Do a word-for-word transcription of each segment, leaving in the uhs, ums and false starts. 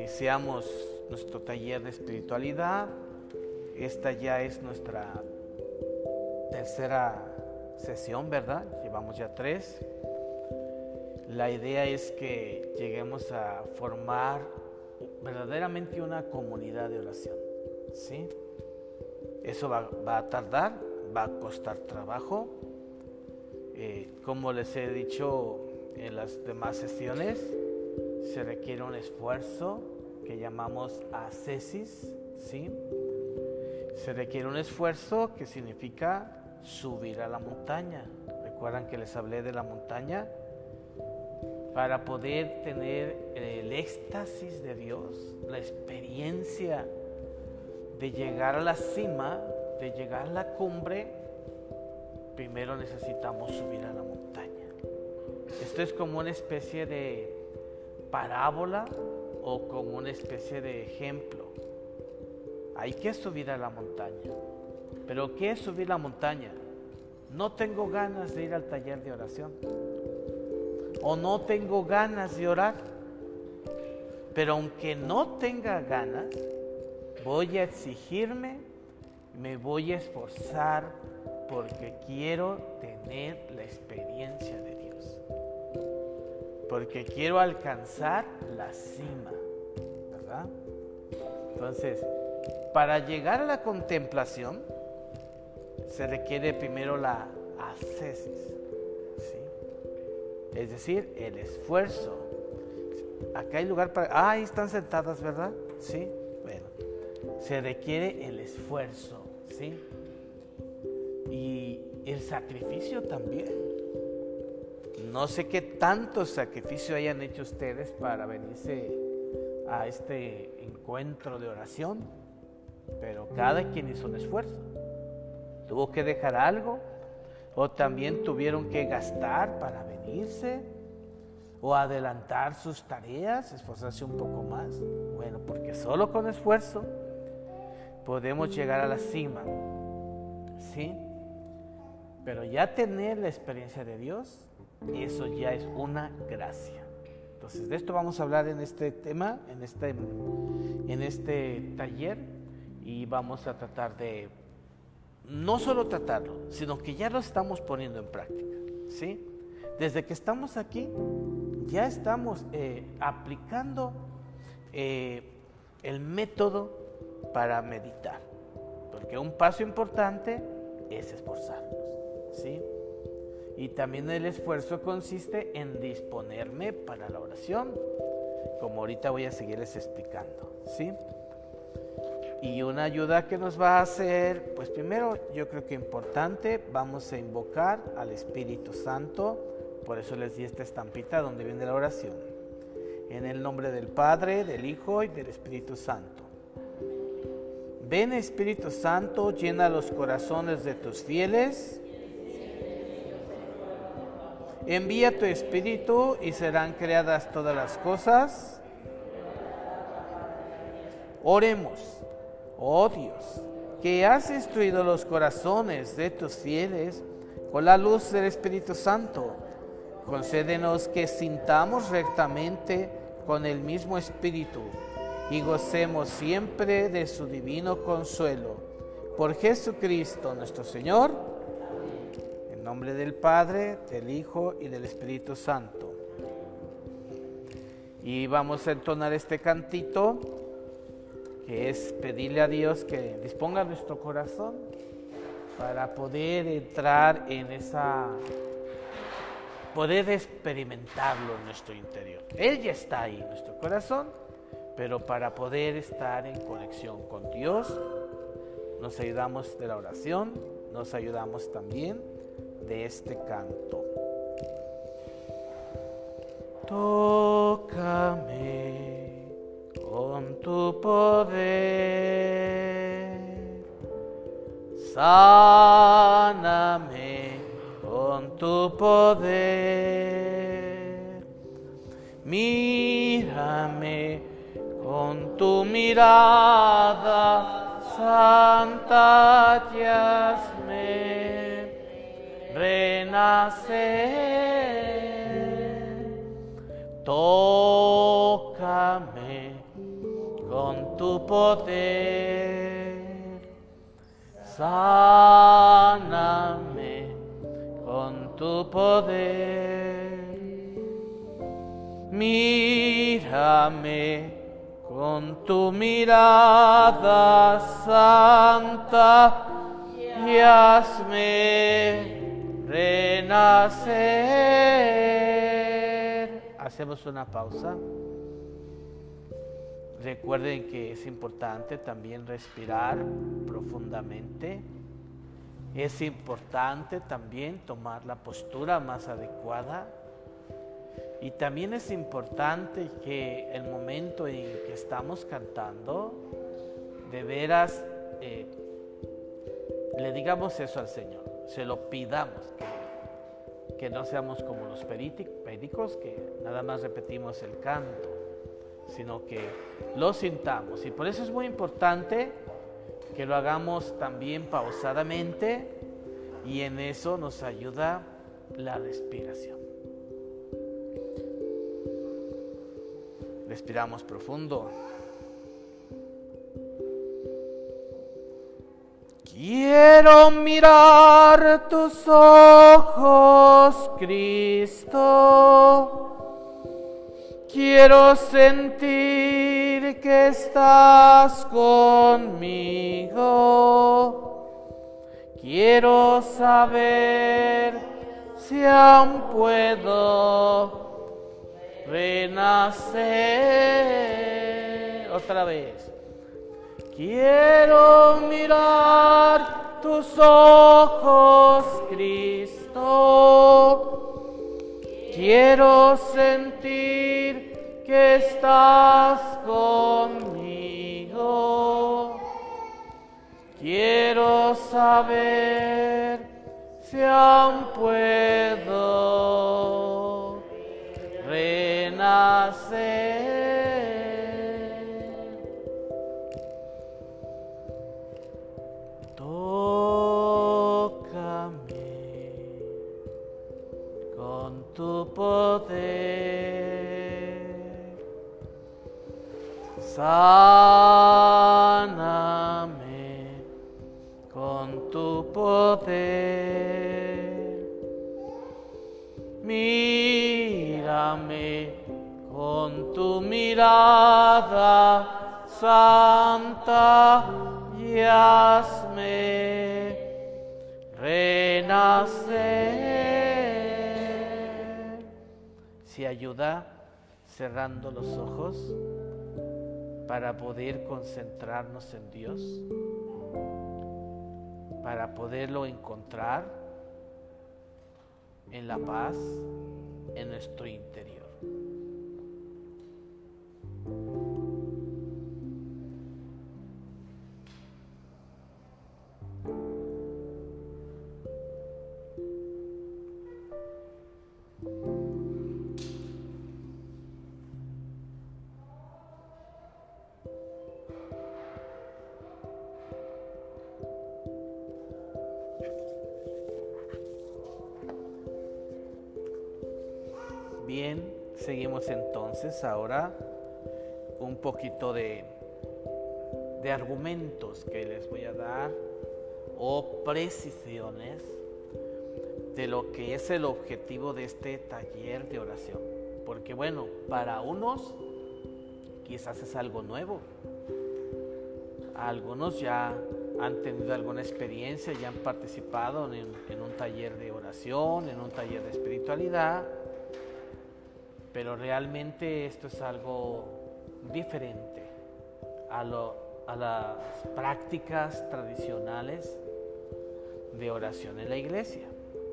iniciamos nuestro taller de espiritualidad. Esta ya es nuestra tercera sesión, ¿verdad? Llevamos ya tres. La idea es que lleguemos a formar verdaderamente una comunidad de oración, ¿sí? Eso va, va a tardar, va a costar trabajo. Eh, como les he dicho en las demás sesiones, se requiere un esfuerzo que llamamos ascesis, ¿sí? Se requiere un esfuerzo que significa subir a la montaña. ¿Recuerdan que les hablé de la montaña? Para poder tener el éxtasis de Dios, la experiencia de llegar a la cima, de llegar a la cumbre, primero necesitamos subir a la montaña. Esto es como una especie de parábola o como una especie de ejemplo. Hay que subir a la montaña. ¿Pero qué es subir la montaña? No tengo ganas de ir al taller de oración. O no tengo ganas de orar. Pero aunque no tenga ganas, voy a exigirme, me voy a esforzar porque quiero tener la experiencia de Dios. Porque quiero alcanzar la cima, ¿verdad? Entonces, para llegar a la contemplación, se requiere primero la ascesis, ¿sí? Es decir, el esfuerzo. Acá hay lugar para... Ah, ahí están sentadas, ¿verdad? Sí, bueno. Se requiere el esfuerzo, ¿sí? Y el sacrificio también. No sé qué tanto sacrificio hayan hecho ustedes para venirse a este encuentro de oración, pero cada quien hizo un esfuerzo. Tuvo que dejar algo, o también tuvieron que gastar para venirse, o adelantar sus tareas, esforzarse un poco más. Bueno, porque solo con esfuerzo podemos llegar a la cima, ¿sí? Pero ya tener la experiencia de Dios, eso ya es una gracia. Entonces, de esto vamos a hablar en este tema, en este, en este taller, y vamos a tratar de no solo tratarlo, sino que ya lo estamos poniendo en práctica, ¿sí? Desde que estamos aquí, ya estamos eh, aplicando eh, el método para meditar, porque un paso importante es esforzarnos, ¿sí? Y también el esfuerzo consiste en disponerme para la oración, como ahorita voy a seguirles explicando, ¿sí? Y una ayuda que nos va a hacer, pues primero yo creo que importante, vamos a invocar al Espíritu Santo. Por eso les di esta estampita donde viene la oración. En el nombre del Padre, del Hijo y del Espíritu Santo. Ven, Espíritu Santo, llena los corazones de tus fieles. Envía tu Espíritu y serán creadas todas las cosas. Oremos. Oh Dios, que has instruido los corazones de tus fieles con la luz del Espíritu Santo, concédenos que sintamos rectamente con el mismo Espíritu y gocemos siempre de su divino consuelo. Por Jesucristo nuestro Señor, en nombre del Padre, del Hijo y del Espíritu Santo. Y vamos a entonar este cantito, que es pedirle a Dios que disponga nuestro corazón para poder entrar en esa, poder experimentarlo en nuestro interior. Él ya está ahí en nuestro corazón, pero para poder estar en conexión con Dios, nos ayudamos de la oración, nos ayudamos también de este canto. Tócame con tu poder, sáname con tu poder, mírame con tu mirada santa, y hazme renacer. Tócame con tu poder. Sáname con tu poder. Mírame con tu mirada santa y hazme renacer. Hacemos una pausa. Recuerden que es importante también respirar profundamente. Es importante también tomar la postura más adecuada. Y también es importante que el momento en que estamos cantando, de veras eh, le digamos eso al Señor, se lo pidamos, que, que no seamos como los médicos, que nada más repetimos el canto, sino que lo sintamos. Y por eso es muy importante que lo hagamos también pausadamente, y en eso nos ayuda la respiración. Respiramos profundo. Quiero mirar tus ojos, Cristo. Quiero sentir que estás conmigo. Quiero saber si aún puedo renacer. Otra vez. Quiero mirar tus ojos, Cristo. Quiero sentir que estás conmigo. Quiero saber si aún puedo renacer. Tócame con tu poder. Sáname con tu poder. Mírame con tu mirada santa y hazme renacer. Si ayuda cerrando los ojos para poder concentrarnos en Dios, para poderlo encontrar en la paz en nuestro interior. Bien, seguimos entonces ahora un poquito de, de argumentos que les voy a dar o precisiones de lo que es el objetivo de este taller de oración. Porque bueno, para unos quizás es algo nuevo. Algunos ya han tenido alguna experiencia, ya han participado en, en un taller de oración, en un taller de espiritualidad. Pero realmente esto es algo diferente a, lo, a las prácticas tradicionales de oración en la iglesia.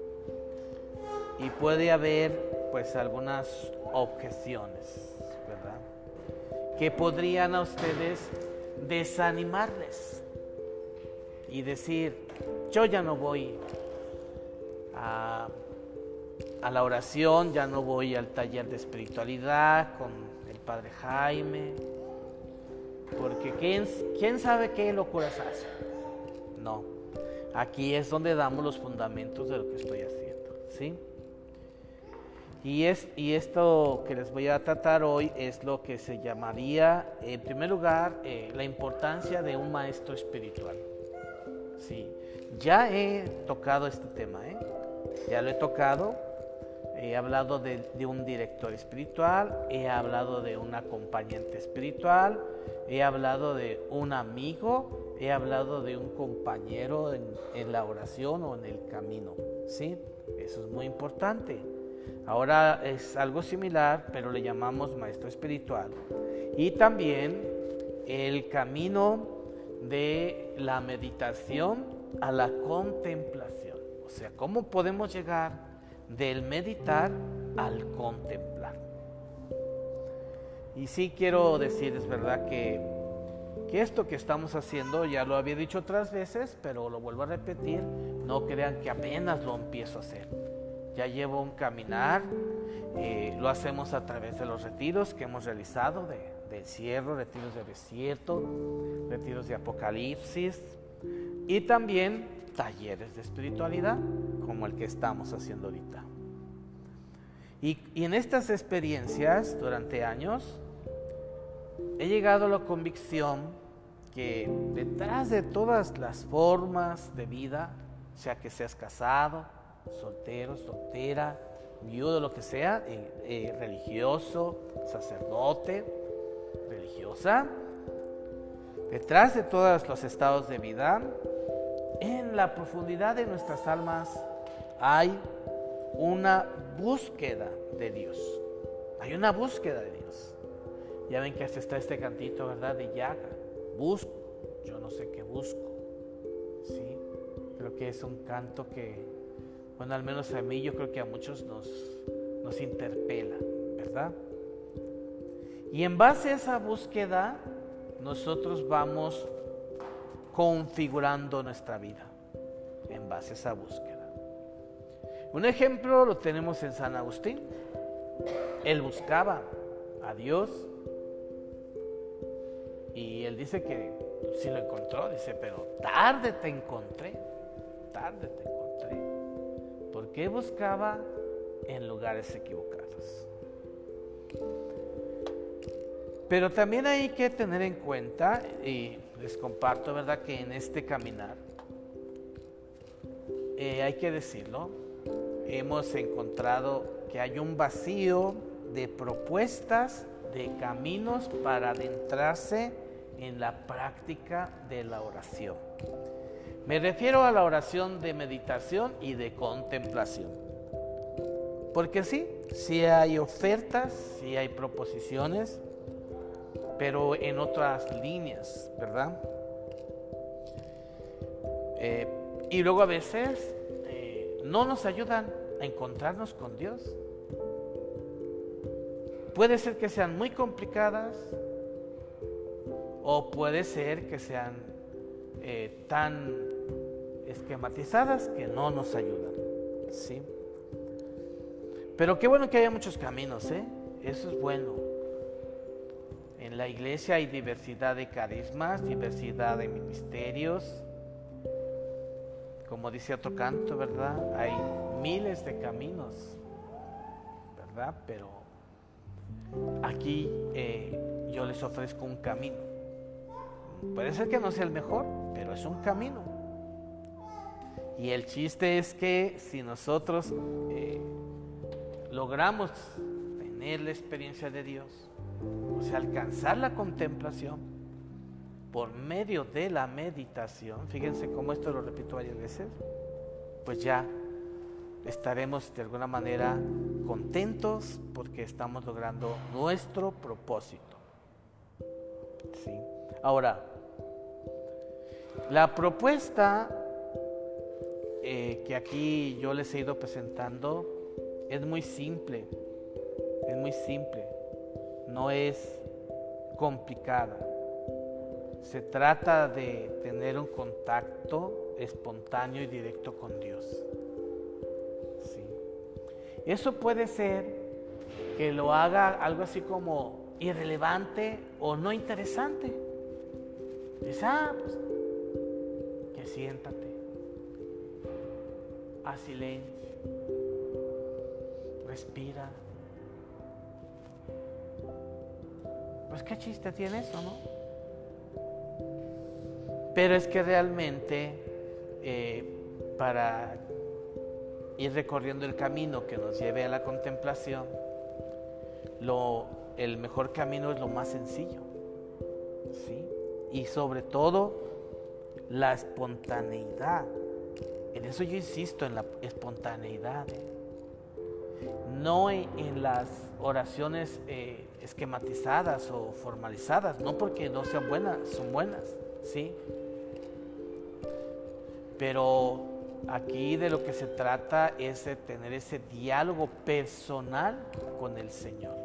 Y puede haber pues algunas objeciones, ¿verdad?, que podrían a ustedes desanimarles y decir: yo ya no voy a... a la oración, ya no voy al taller de espiritualidad con el Padre Jaime, porque ¿quién, quién sabe qué locuras hace? No, aquí es donde damos los fundamentos de lo que estoy haciendo, ¿sí? Y, es, y esto que les voy a tratar hoy es lo que se llamaría, en primer lugar, eh, la importancia de un maestro espiritual. Sí, ya he tocado este tema, ¿eh? Ya lo he tocado. He hablado de, de un director espiritual, he hablado de un acompañante espiritual, he hablado de un amigo, he hablado de un compañero en, en la oración o en el camino. ¿Sí? Eso es muy importante. Ahora es algo similar, pero le llamamos maestro espiritual. Y también el camino de la meditación a la contemplación. O sea, ¿cómo podemos llegar del meditar al contemplar? Y sí quiero decir, es verdad que, que esto que estamos haciendo, ya lo había dicho otras veces, pero lo vuelvo a repetir, no crean que apenas lo empiezo a hacer. Ya llevo un caminar, eh, lo hacemos a través de los retiros que hemos realizado, de, de encierro, retiros de desierto, retiros de apocalipsis y también talleres de espiritualidad, como el que estamos haciendo ahorita. Y, y en estas experiencias, durante años, he llegado a la convicción que detrás de todas las formas de vida, sea que seas casado, soltero, soltera, viudo, lo que sea, eh, eh, religioso, sacerdote, religiosa, detrás de todos los estados de vida, en la profundidad de nuestras almas hay una búsqueda de Dios. Hay una búsqueda de Dios. Ya ven que hasta está este cantito, ¿verdad? De Yaga. Busco, yo no sé qué busco. Sí, creo que es un canto que, bueno, al menos a mí, yo creo que a muchos nos, nos interpela, ¿verdad? Y en base a esa búsqueda, nosotros vamos configurando nuestra vida en base a esa búsqueda. Un ejemplo lo tenemos en San Agustín. Él buscaba a Dios y él dice que sí lo encontró, dice, pero tarde te encontré, tarde te encontré, porque buscaba en lugares equivocados. Pero también hay que tener en cuenta, y les comparto, ¿verdad?, que en este caminar, eh, hay que decirlo, hemos encontrado que hay un vacío de propuestas, de caminos para adentrarse en la práctica de la oración. Me refiero a la oración de meditación y de contemplación. Porque sí, sí hay ofertas, sí hay proposiciones, pero en otras líneas, ¿verdad? Eh, y luego a veces eh, no nos ayudan a encontrarnos con Dios. Puede ser que sean muy complicadas o puede ser que sean eh, tan esquematizadas que no nos ayudan, ¿sí? Pero qué bueno que haya muchos caminos, ¿eh? Eso es bueno. En la iglesia hay diversidad de carismas, diversidad de ministerios. Como dice otro canto, ¿verdad? Hay miles de caminos, ¿verdad? Pero aquí eh, yo les ofrezco un camino. Puede ser que no sea el mejor, pero es un camino. Y el chiste es que si nosotros eh, logramos tener la experiencia de Dios, o sea, alcanzar la contemplación por medio de la meditación, fíjense cómo esto lo repito varias veces, pues ya estaremos de alguna manera contentos porque estamos logrando nuestro propósito. ¿Sí? Ahora, la propuesta eh, que aquí yo les he ido presentando es muy simple, es muy simple, no es complicada. Se trata de tener un contacto espontáneo y directo con Dios. Sí. Eso puede ser que lo haga algo así como irrelevante o no interesante. Dice, ah, pues, que siéntate, haz silencio, respira. Pues qué chiste tiene eso, ¿no? Pero es que realmente eh, para ir recorriendo el camino que nos lleve a la contemplación, lo, el mejor camino es lo más sencillo, ¿sí? Y sobre todo la espontaneidad. En eso yo insisto, en la espontaneidad, ¿eh? No en, en las oraciones eh, esquematizadas o formalizadas, no porque no sean buenas, son buenas, ¿sí? Pero aquí de lo que se trata es de tener ese diálogo personal con el Señor.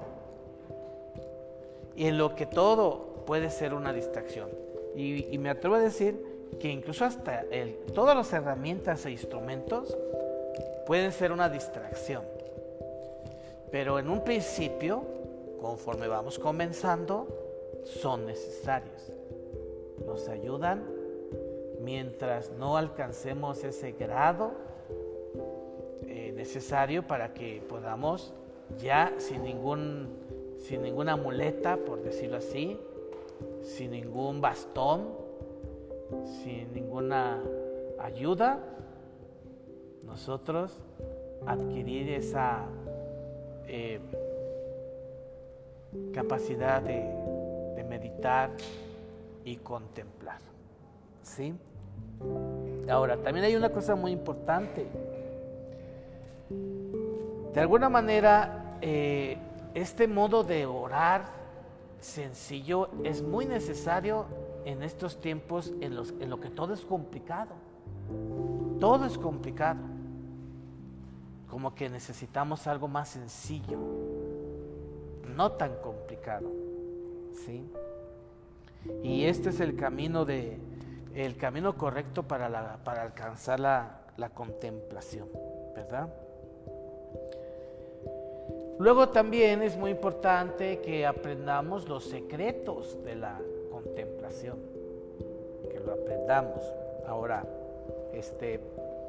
Y en lo que todo puede ser una distracción. Y, y me atrevo a decir que incluso hasta el, todas las herramientas e instrumentos pueden ser una distracción. Pero en un principio, conforme vamos comenzando, son necesarios. Nos ayudan mientras no alcancemos ese grado eh, necesario para que podamos ya sin ningún, sin ninguna muleta, por decirlo así, sin ningún bastón, sin ninguna ayuda, nosotros adquirir esa eh, capacidad de, de meditar y contemplar, ¿sí? Ahora, también hay una cosa muy importante. De alguna manera, eh, este modo de orar sencillo es muy necesario en estos tiempos en los en lo que todo es complicado. Todo es complicado. Como que necesitamos algo más sencillo, no tan complicado, ¿sí? Y este es el camino de el camino correcto para la para alcanzar la, la contemplación, ¿verdad? Luego también es muy importante que aprendamos los secretos de la contemplación, que lo aprendamos. Ahora, este,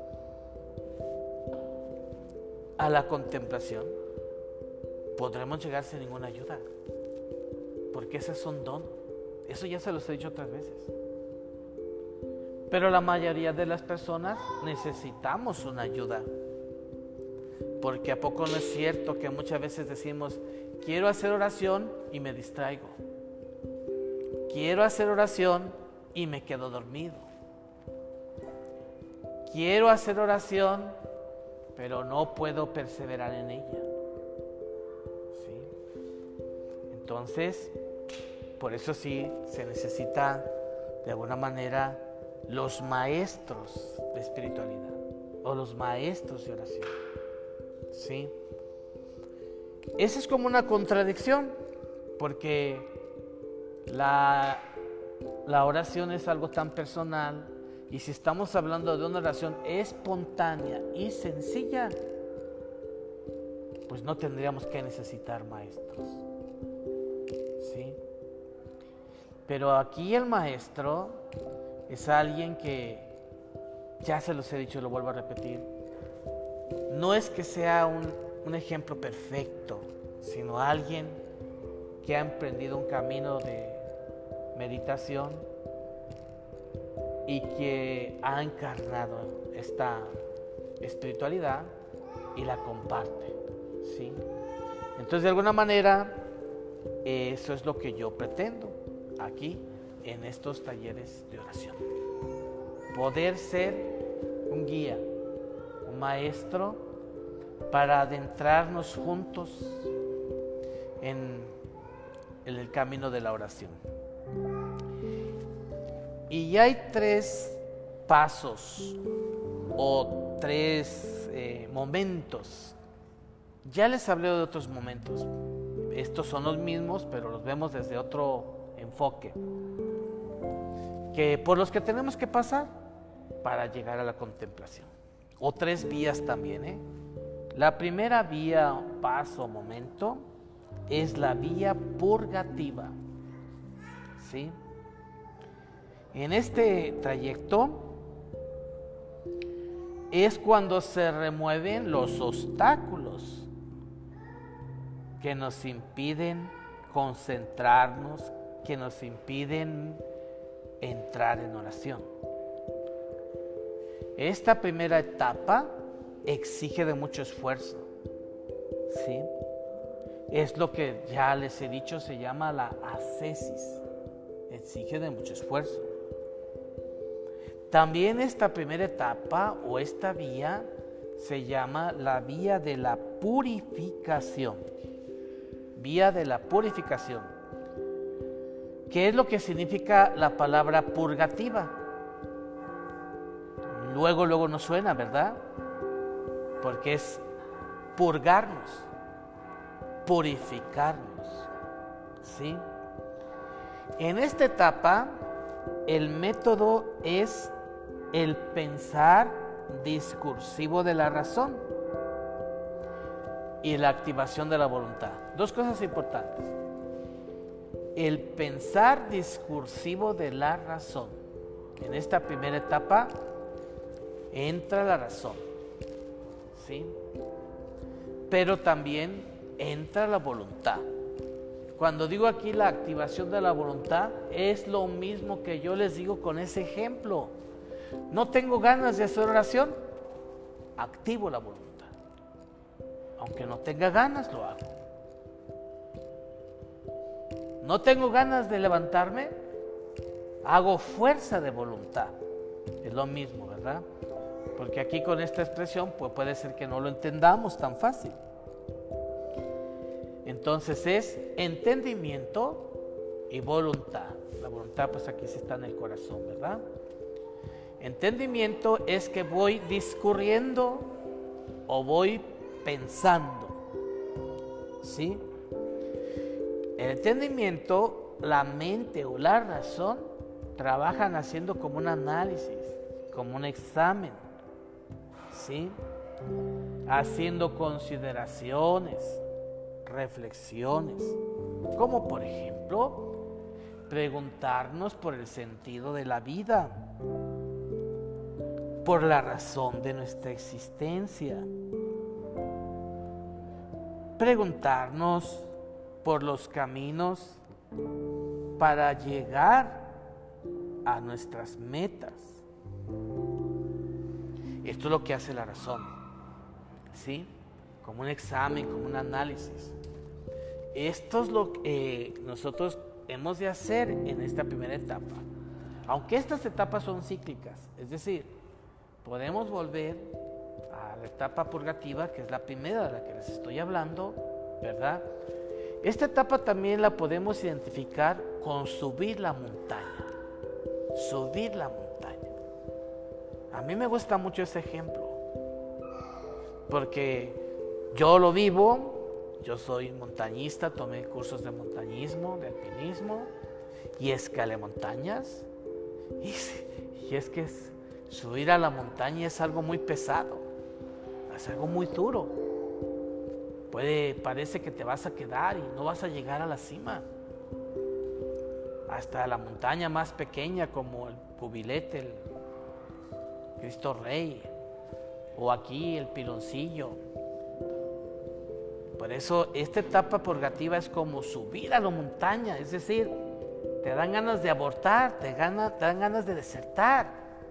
a la contemplación podremos llegar sin ninguna ayuda, porque ese es un don. Eso ya se los he dicho otras veces. Pero la mayoría de las personas necesitamos una ayuda. Porque ¿a poco no es cierto que muchas veces decimos, quiero hacer oración y me distraigo? Quiero hacer oración y me quedo dormido. Quiero hacer oración, pero no puedo perseverar en ella. ¿Sí? Entonces, por eso sí se necesita de alguna manera los maestros de espiritualidad o los maestros de oración. ¿Sí? Esa es como una contradicción, porque la, la oración es algo tan personal, y si estamos hablando de una oración espontánea y sencilla, pues no tendríamos que necesitar maestros. ¿Sí? Pero aquí el maestro es alguien que, ya se los he dicho y lo vuelvo a repetir, no es que sea un, un ejemplo perfecto, sino alguien que ha emprendido un camino de meditación y que ha encarnado esta espiritualidad y la comparte, ¿sí? Entonces, de alguna manera, eso es lo que yo pretendo aquí en estos talleres de oración. Poder ser un guía, un maestro, para adentrarnos juntos en, en el camino de la oración. Y ya hay tres pasos o tres eh, momentos. Ya les hablé de otros momentos. Estos son los mismos, pero los vemos desde otro enfoque, que por los que tenemos que pasar para llegar a la contemplación. O tres vías también, ¿eh? La primera vía, paso, momento, es la vía purgativa, ¿sí? En este trayecto es cuando se remueven los obstáculos que nos impiden concentrarnos, que nos impiden entrar en oración. Esta primera etapa exige de mucho esfuerzo, ¿sí? Es lo que ya les he dicho, se llama la ascesis, exige de mucho esfuerzo. También esta primera etapa o esta vía se llama la vía de la purificación, vía de la purificación. ¿Qué es lo que significa la palabra purgativa? Luego, luego nos suena, ¿verdad? Porque es purgarnos, purificarnos, ¿sí? En esta etapa, el método es el pensar discursivo de la razón y la activación de la voluntad. Dos cosas importantes. El pensar discursivo de la razón. En esta primera etapa entra la razón, ¿sí? Pero también entra la voluntad. Cuando digo aquí la activación de la voluntad, es lo mismo que yo les digo con ese ejemplo. No tengo ganas de hacer oración, activo la voluntad. Aunque no tenga ganas, lo hago. No tengo ganas de levantarme, hago fuerza de voluntad. Es lo mismo, ¿verdad? Porque aquí con esta expresión pues puede ser que no lo entendamos tan fácil. Entonces es entendimiento y voluntad. La voluntad pues aquí sí está en el corazón, ¿verdad? Entendimiento es que voy discurriendo o voy pensando, ¿sí? El entendimiento, la mente o la razón trabajan haciendo como un análisis, como un examen, ¿sí? Haciendo consideraciones, reflexiones, como por ejemplo preguntarnos por el sentido de la vida, por la razón de nuestra existencia, preguntarnos por los caminos para llegar a nuestras metas. Esto es lo que hace la razón, ¿sí? Como un examen, como un análisis. Esto es lo que eh, nosotros hemos de hacer en esta primera etapa. Aunque estas etapas son cíclicas, es decir, podemos volver a la etapa purgativa, que es la primera de la que les estoy hablando, ¿verdad? Esta etapa también la podemos identificar con subir la montaña. Subir la montaña. A mí me gusta mucho ese ejemplo, porque yo lo vivo. Yo soy montañista, tomé cursos de montañismo, de alpinismo y escalé montañas. Y, y es que es, subir a la montaña es algo muy pesado, es algo muy duro. Puede, parece que te vas a quedar y no vas a llegar a la cima. Hasta la montaña más pequeña como el Cubilete, el Cristo Rey, o aquí el Piloncillo. Por eso esta etapa purgativa es como subir a la montaña, es decir, te dan ganas de abortar, te, gana, te dan ganas de desertar.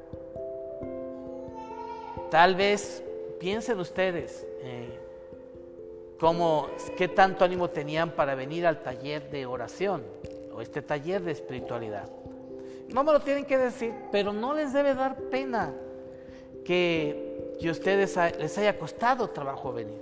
Tal vez piensen ustedes eh, cómo, qué tanto ánimo tenían para venir al taller de oración o este taller de espiritualidad. No me lo tienen que decir, pero no les debe dar pena que, que a ustedes les haya costado trabajo venir.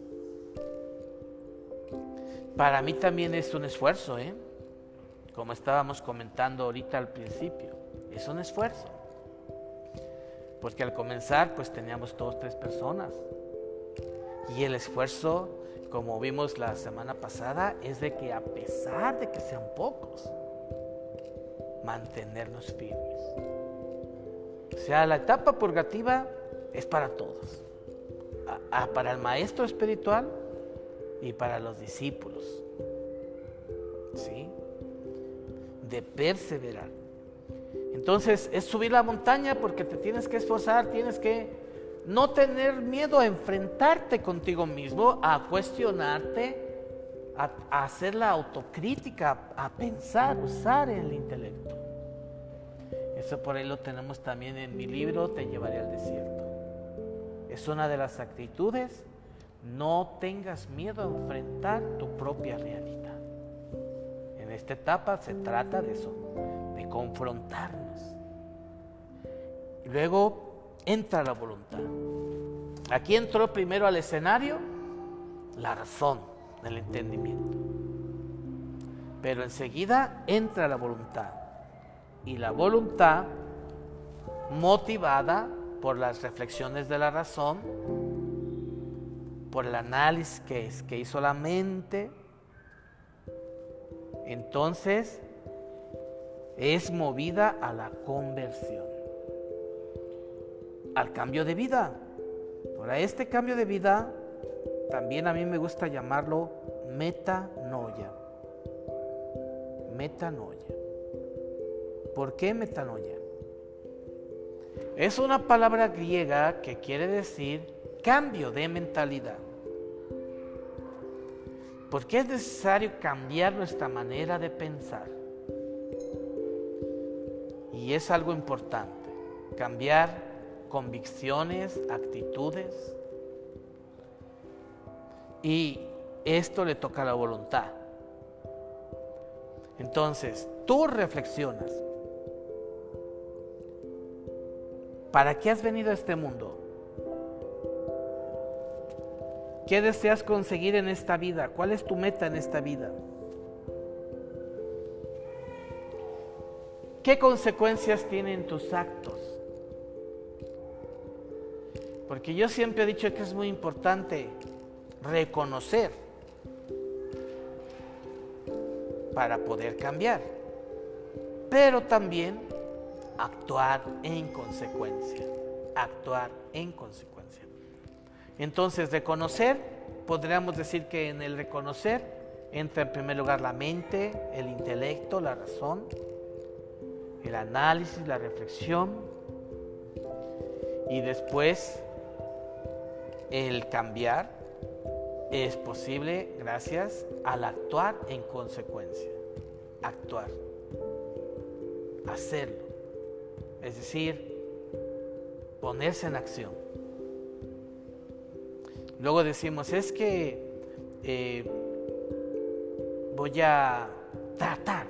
Para mí también es un esfuerzo, ¿eh? Como estábamos comentando ahorita al principio, es un esfuerzo. Porque al comenzar, pues teníamos dos, tres personas. Y el esfuerzo, como vimos la semana pasada, es de que a pesar de que sean pocos, mantenernos firmes. O sea, la etapa purgativa es para todos. A, a, para el maestro espiritual y para los discípulos, ¿sí? De perseverar. Entonces es subir la montaña porque te tienes que esforzar, tienes que no tener miedo a enfrentarte contigo mismo, a cuestionarte a, a hacer la autocrítica, a, a pensar, usar el intelecto. Eso por ahí lo tenemos también en mi libro, Te llevaré al desierto. Es una de las actitudes. No tengas miedo a enfrentar tu propia realidad. En esta etapa se trata de eso, de confrontarnos. Y luego entra la voluntad. Aquí entró primero al escenario la razón, el entendimiento. Pero enseguida entra la voluntad. Y la voluntad, motivada por las reflexiones de la razón, por el análisis que, es, que hizo la mente, entonces es movida a la conversión, al cambio de vida. Ahora, este cambio de vida también a mí me gusta llamarlo metanoia. Metanoia. ¿Por qué metanoia? Es una palabra griega que quiere decir cambio de mentalidad. Porque es necesario cambiar nuestra manera de pensar. Y es algo importante, cambiar convicciones, actitudes. Y esto le toca a la voluntad. Entonces, tú reflexionas. ¿Para qué has venido a este mundo? ¿Qué deseas conseguir en esta vida? ¿Cuál es tu meta en esta vida? ¿Qué consecuencias tienen tus actos? Porque yo siempre he dicho que es muy importante reconocer para poder cambiar, pero también actuar en consecuencia, actuar en consecuencia. Entonces, reconocer, podríamos decir que en el reconocer entra en primer lugar la mente, el intelecto, la razón, el análisis, la reflexión, y después el cambiar es posible gracias al actuar en consecuencia, actuar, hacerlo, es decir, ponerse en acción. Luego decimos, es que eh, voy a tratar.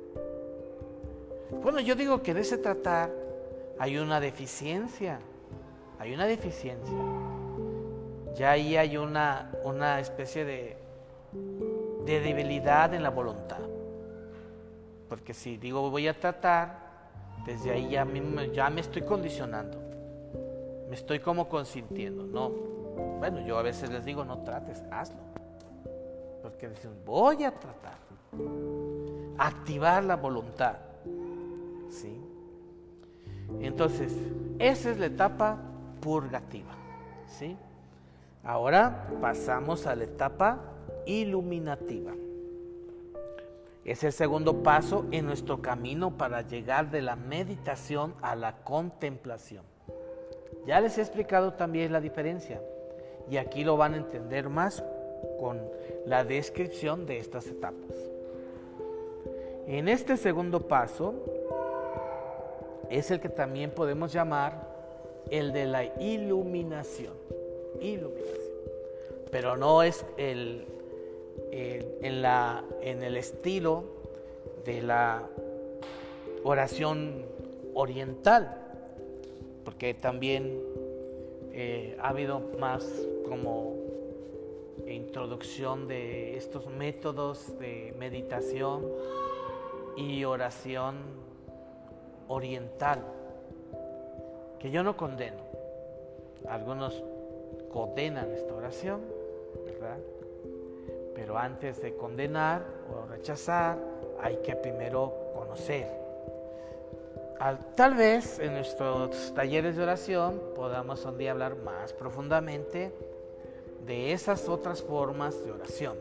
Bueno, yo digo que de ese tratar hay una deficiencia, hay una deficiencia. Ya ahí hay una, una especie de, de debilidad en la voluntad. Porque si digo voy a tratar, desde ahí ya me, ya me estoy condicionando. Me estoy como consintiendo. No, bueno, yo a veces les digo no trates, hazlo. Porque dicen voy a tratar. Activar la voluntad. ¿Sí? Entonces, esa es la etapa purgativa. ¿Sí? Ahora pasamos a la etapa iluminativa. Es el segundo paso en nuestro camino para llegar de la meditación a la contemplación. Ya les he explicado también la diferencia y aquí lo van a entender más con la descripción de estas etapas. En este segundo paso es el que también podemos llamar el de la iluminación. Iluminación. Pero no es el, el, en, la, en el estilo de la oración oriental, porque también eh, ha habido más como introducción de estos métodos de meditación y oración oriental, que yo no condeno. Algunos condenan esta oración, ¿verdad? Pero antes de condenar o rechazar, hay que primero conocer. Al, tal vez en nuestros talleres de oración podamos un día hablar más profundamente de esas otras formas de oración.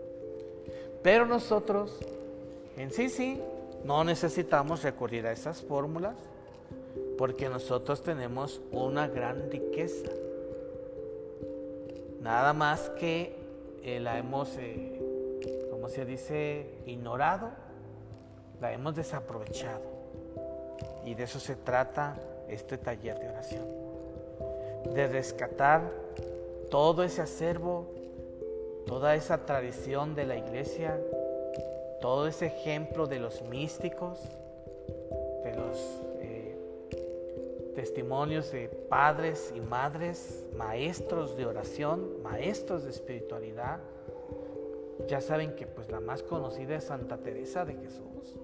Pero nosotros, en sí, sí, no necesitamos recurrir a esas fórmulas, porque nosotros tenemos una gran riqueza. Nada más que eh, la hemos eh, como se dice, ignorado, la hemos desaprovechado. Y de eso se trata este taller de oración, de rescatar todo ese acervo, toda esa tradición de la iglesia, todo ese ejemplo de los místicos, de los eh, testimonios de padres y madres, maestros de oración, maestros de espiritualidad. Ya saben que pues la más conocida es Santa Teresa de Jesús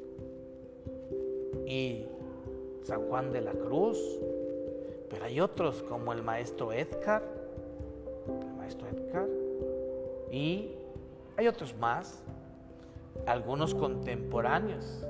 y San Juan de la Cruz, pero hay otros como el maestro Edgar, el maestro Edgar, y hay otros más, algunos contemporáneos,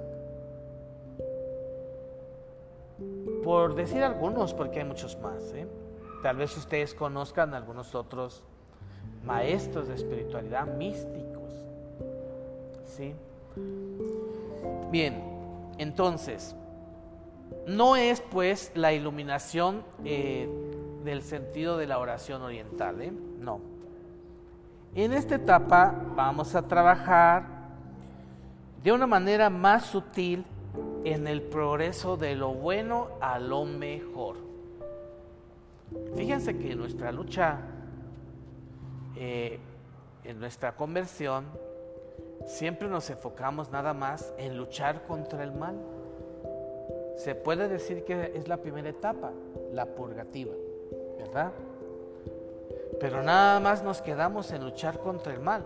por decir algunos, porque hay muchos más, ¿eh? Tal vez ustedes conozcan algunos otros maestros de espiritualidad místicos, ¿sí? Bien, entonces, no es pues la iluminación eh, del sentido de la oración oriental, ¿eh? No. En esta etapa vamos a trabajar de una manera más sutil en el progreso de lo bueno a lo mejor. Fíjense que nuestra lucha, eh, en nuestra conversión, siempre nos enfocamos nada más en luchar contra el mal. Se puede decir que es la primera etapa, la purgativa, ¿verdad? Pero nada más nos quedamos en luchar contra el mal.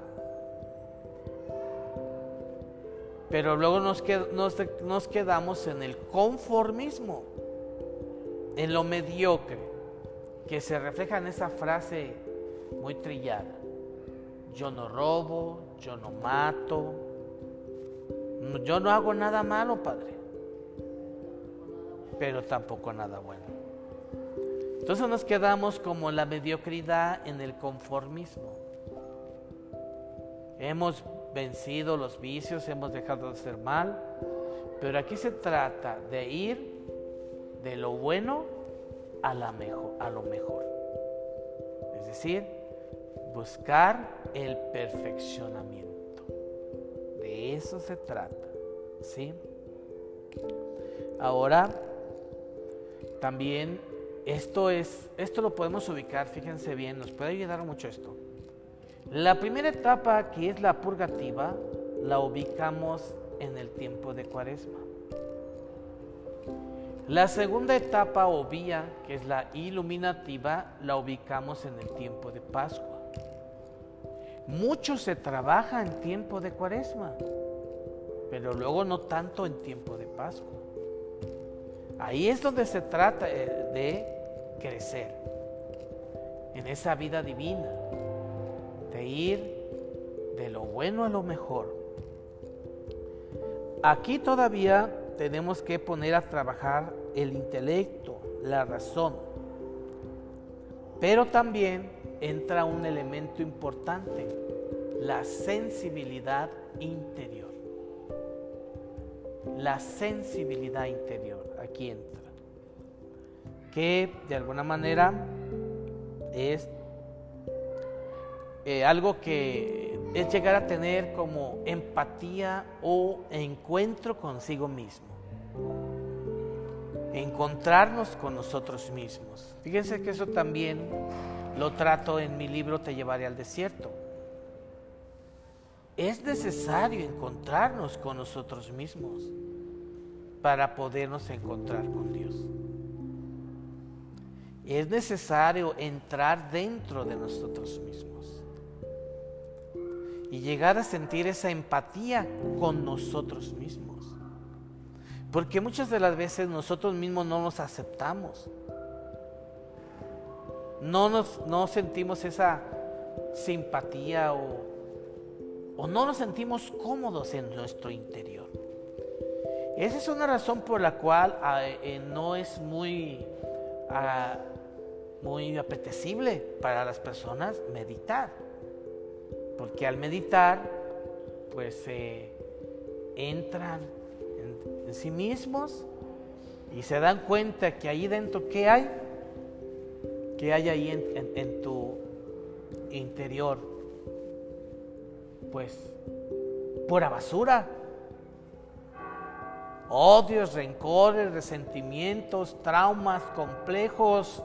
Pero luego nos, qued- nos, nos quedamos en el conformismo, en lo mediocre, que se refleja en esa frase muy trillada: yo no robo, yo no mato, yo no hago nada malo, Padre, pero tampoco nada bueno. Entonces nos quedamos como la mediocridad, en el conformismo. Hemos vencido los vicios, hemos dejado de hacer mal, pero aquí se trata de ir de lo bueno a, la mejor, a lo mejor. Es decir, buscar el perfeccionamiento. De eso se trata, ¿sí? Ahora, también esto es, esto lo podemos ubicar, fíjense bien, nos puede ayudar mucho esto. La primera etapa, que es la purgativa, la ubicamos en el tiempo de Cuaresma. La segunda etapa o vía, que es la iluminativa, la ubicamos en el tiempo de Pascua. Mucho se trabaja en tiempo de Cuaresma, pero luego no tanto en tiempo de Pascua. Ahí es donde se trata de crecer en esa vida divina, de ir de lo bueno a lo mejor. Aquí todavía tenemos que poner a trabajar el intelecto, la razón, pero también entra un elemento importante: la sensibilidad interior. La sensibilidad interior, aquí entra, que de alguna manera es eh, algo que es llegar a tener como empatía o encuentro consigo mismo, encontrarnos con nosotros mismos. Fíjense que eso también lo trato en mi libro Te llevaré al desierto. Es necesario encontrarnos con nosotros mismos para podernos encontrar con Dios. Es necesario entrar dentro de nosotros mismos y llegar a sentir esa empatía con nosotros mismos. Porque muchas de las veces nosotros mismos no nos aceptamos. No, nos, no sentimos esa simpatía o o no nos sentimos cómodos en nuestro interior. Esa es una razón por la cual eh, no es muy, uh, muy apetecible para las personas meditar, porque al meditar pues eh, entran en, en sí mismos y se dan cuenta que ahí dentro, ¿qué hay? ¿Qué hay ahí en, en, en tu interior? pues, pura basura. Odios, rencores, resentimientos, traumas, complejos.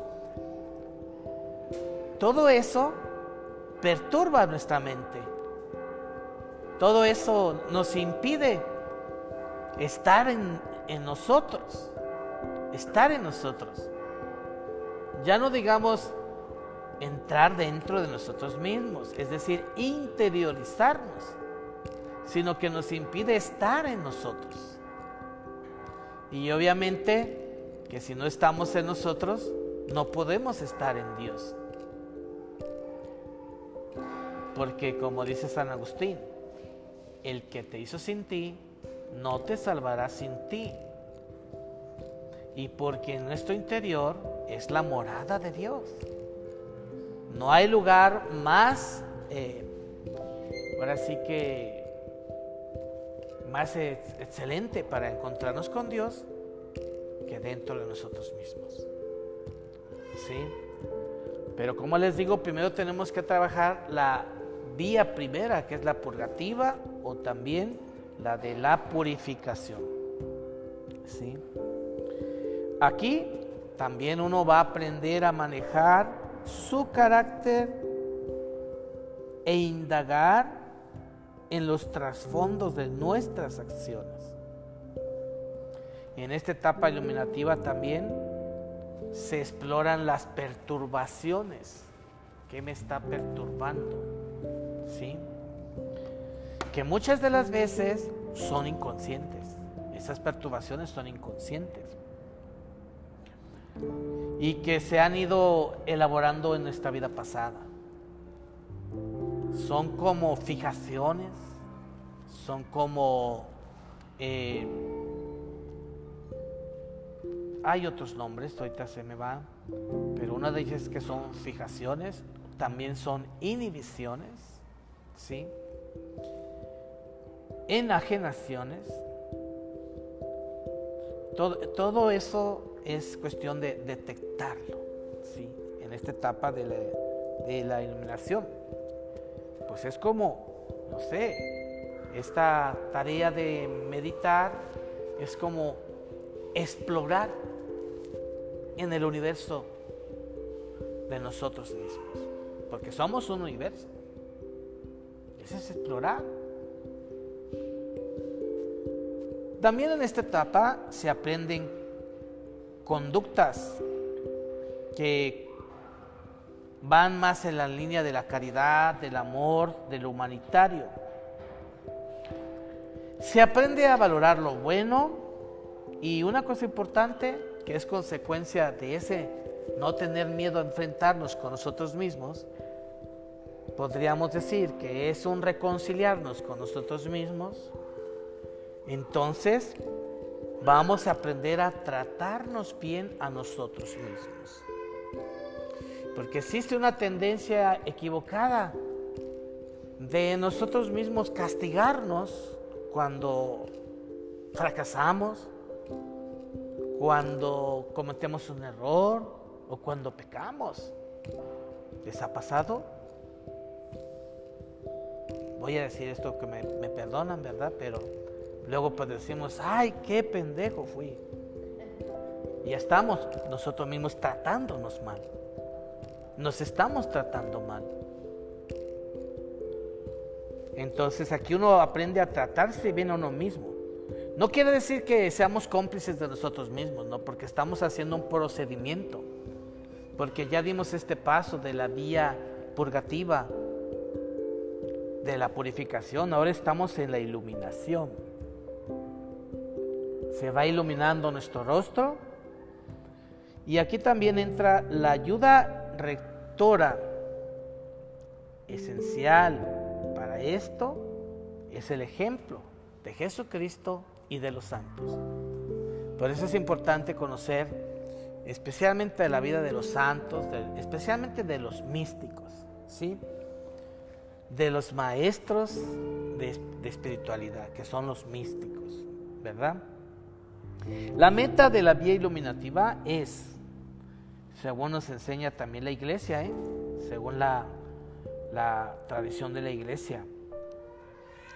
Todo eso perturba nuestra mente. Todo eso nos impide estar en, en nosotros. Estar en nosotros. Ya no digamos entrar dentro de nosotros mismos, es decir, interiorizarnos, sino que nos impide estar en nosotros. Y obviamente que si no estamos en nosotros, no podemos estar en Dios. Porque como dice San Agustín, el que te hizo sin ti, no te salvará sin ti. Y porque en nuestro interior es la morada de Dios. No hay lugar más, eh, ahora sí que, más ex- excelente para encontrarnos con Dios que dentro de nosotros mismos. ¿Sí? Pero como les digo, primero tenemos que trabajar la vía primera, que es la purgativa, o también la de la purificación. ¿Sí? Aquí también uno va a aprender a manejar su carácter e indagar en los trasfondos de nuestras acciones. En esta etapa iluminativa también se exploran las perturbaciones. ¿Qué me está perturbando? ¿Sí? Que muchas de las veces son inconscientes. Esas perturbaciones son inconscientes y que se han ido elaborando en nuestra vida pasada. Son como fijaciones, son como eh, hay otros nombres, ahorita se me va, pero una de ellas es que son fijaciones, también son inhibiciones, ¿sí? Enajenaciones. Todo, todo eso es cuestión de detectarlo, ¿sí? En esta etapa de la, de la iluminación. Pues es como, no sé, esta tarea de meditar es como explorar en el universo de nosotros mismos, porque somos un universo. Eso es explorar. También en esta etapa se aprenden conductas que van más en la línea de la caridad, del amor, de lo humanitario. Se aprende a valorar lo bueno y una cosa importante que es consecuencia de ese no tener miedo a enfrentarnos con nosotros mismos, podríamos decir que es un reconciliarnos con nosotros mismos. Entonces vamos a aprender a tratarnos bien a nosotros mismos. Porque existe una tendencia equivocada de nosotros mismos castigarnos cuando fracasamos, cuando cometemos un error o cuando pecamos. ¿Les ha pasado? Voy a decir esto que me, me perdonan, ¿verdad? Pero luego pues decimos, ay, qué pendejo fui. Y ya estamos nosotros mismos tratándonos mal. Nos estamos tratando mal. Entonces aquí uno aprende a tratarse bien a uno mismo. No quiere decir que seamos cómplices de nosotros mismos, no, porque estamos haciendo un procedimiento. Porque ya dimos este paso de la vía purgativa, de la purificación. Ahora estamos en la iluminación. Se va iluminando nuestro rostro. Y aquí también entra la ayuda rectora. Esencial para esto es el ejemplo de Jesucristo y de los santos. Por eso es importante conocer especialmente de la vida de los santos, de, especialmente de los místicos, ¿sí? De los maestros de, de espiritualidad, que son los místicos, ¿verdad? La meta de la vía iluminativa es, según nos enseña también la iglesia, ¿eh? según la, la tradición de la iglesia,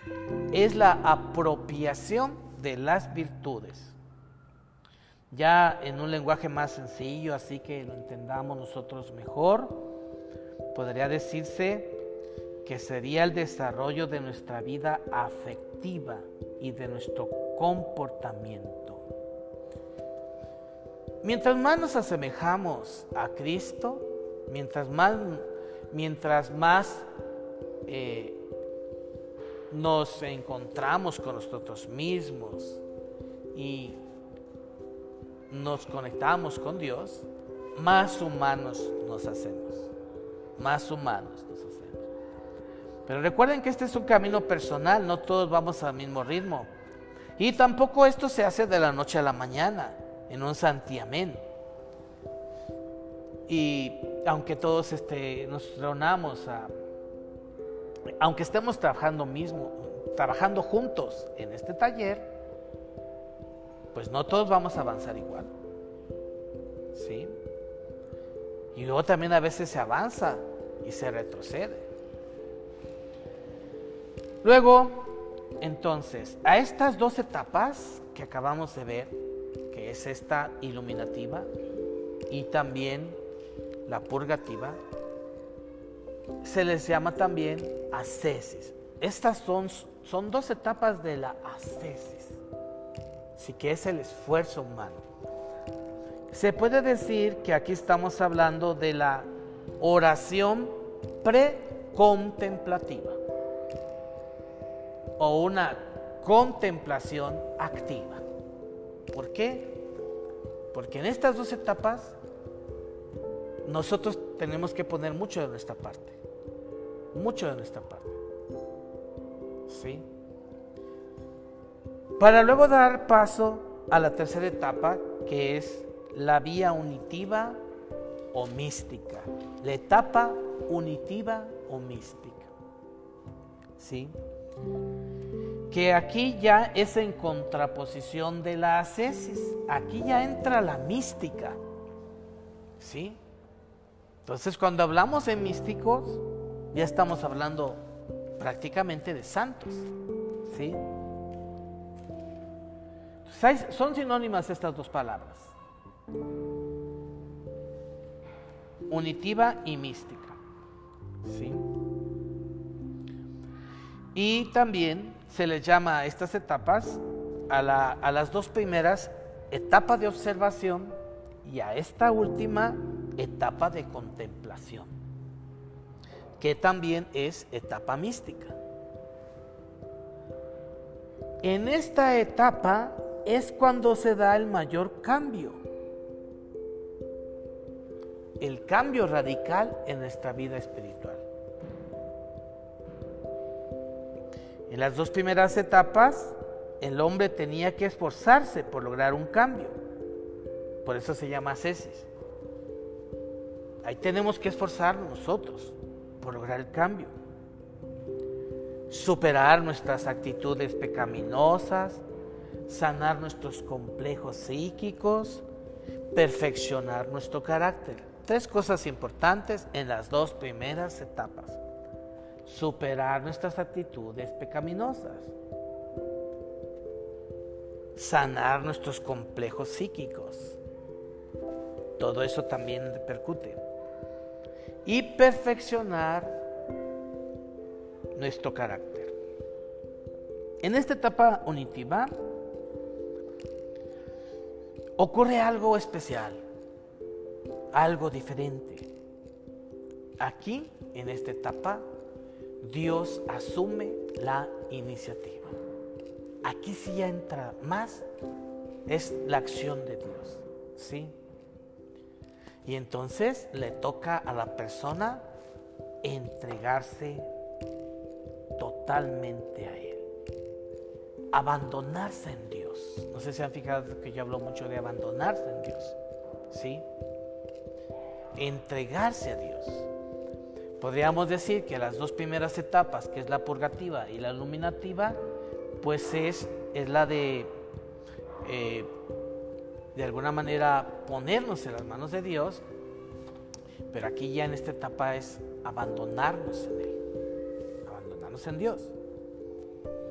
es la apropiación de las virtudes. Ya en un lenguaje más sencillo, así que lo entendamos nosotros mejor, podría decirse que sería el desarrollo de nuestra vida afectiva y de nuestro comportamiento. Mientras más nos asemejamos a Cristo, mientras más, mientras más eh, nos encontramos con nosotros mismos y nos conectamos con Dios, más humanos nos hacemos, más humanos nos hacemos. Pero recuerden que este es un camino personal, no todos vamos al mismo ritmo. Y tampoco esto se hace de la noche a la mañana, en un santiamén. Y aunque todos este, nos reunamos, a, aunque estemos trabajando mismo, trabajando juntos en este taller, pues no todos vamos a avanzar igual. ¿Sí? Y luego también a veces se avanza y se retrocede. Luego, entonces, a estas dos etapas que acabamos de ver, que es esta iluminativa y también la purgativa, se les llama también ascesis. Estas son, son dos etapas de la ascesis, sí, que es el esfuerzo humano. Se puede decir que aquí estamos hablando de la oración precontemplativa o una contemplación activa. ¿Por qué? Porque en estas dos etapas nosotros tenemos que poner mucho de nuestra parte, mucho de nuestra parte, ¿sí? Para luego dar paso a la tercera etapa, que es la vía unitiva o mística, la etapa unitiva o mística, ¿sí? Que aquí ya es en contraposición de la ascesis, aquí ya entra la mística, ¿sí? Entonces, cuando hablamos de místicos, ya estamos hablando prácticamente de santos, ¿sí? Entonces, son sinónimas estas dos palabras, unitiva y mística, ¿sí? Y también se les llama a estas etapas, a, la, a las dos primeras, etapa de observación, y a esta última, etapa de contemplación, que también es etapa mística. En esta etapa es cuando se da el mayor cambio, el cambio radical en nuestra vida espiritual. En las dos primeras etapas, el hombre tenía que esforzarse por lograr un cambio, por eso se llama ascesis. Ahí tenemos que esforzarnos nosotros por lograr el cambio, superar nuestras actitudes pecaminosas, sanar nuestros complejos psíquicos, perfeccionar nuestro carácter. Tres cosas importantes en las dos primeras etapas: superar nuestras actitudes pecaminosas, sanar nuestros complejos psíquicos, todo eso también repercute, y perfeccionar nuestro carácter. En esta etapa unitiva ocurre algo especial, algo diferente. Aquí, en esta etapa, Dios asume la iniciativa. Aquí sí ya entra más, es la acción de Dios, ¿sí? Y entonces le toca a la persona entregarse totalmente a Él, abandonarse en Dios. No sé si han fijado que yo hablo mucho de abandonarse en Dios, ¿sí? Entregarse a Dios. Podríamos decir que las dos primeras etapas, que es la purgativa y la iluminativa, pues es, es la de, eh, de alguna manera, ponernos en las manos de Dios, pero aquí ya en esta etapa es abandonarnos en Él, abandonarnos en Dios.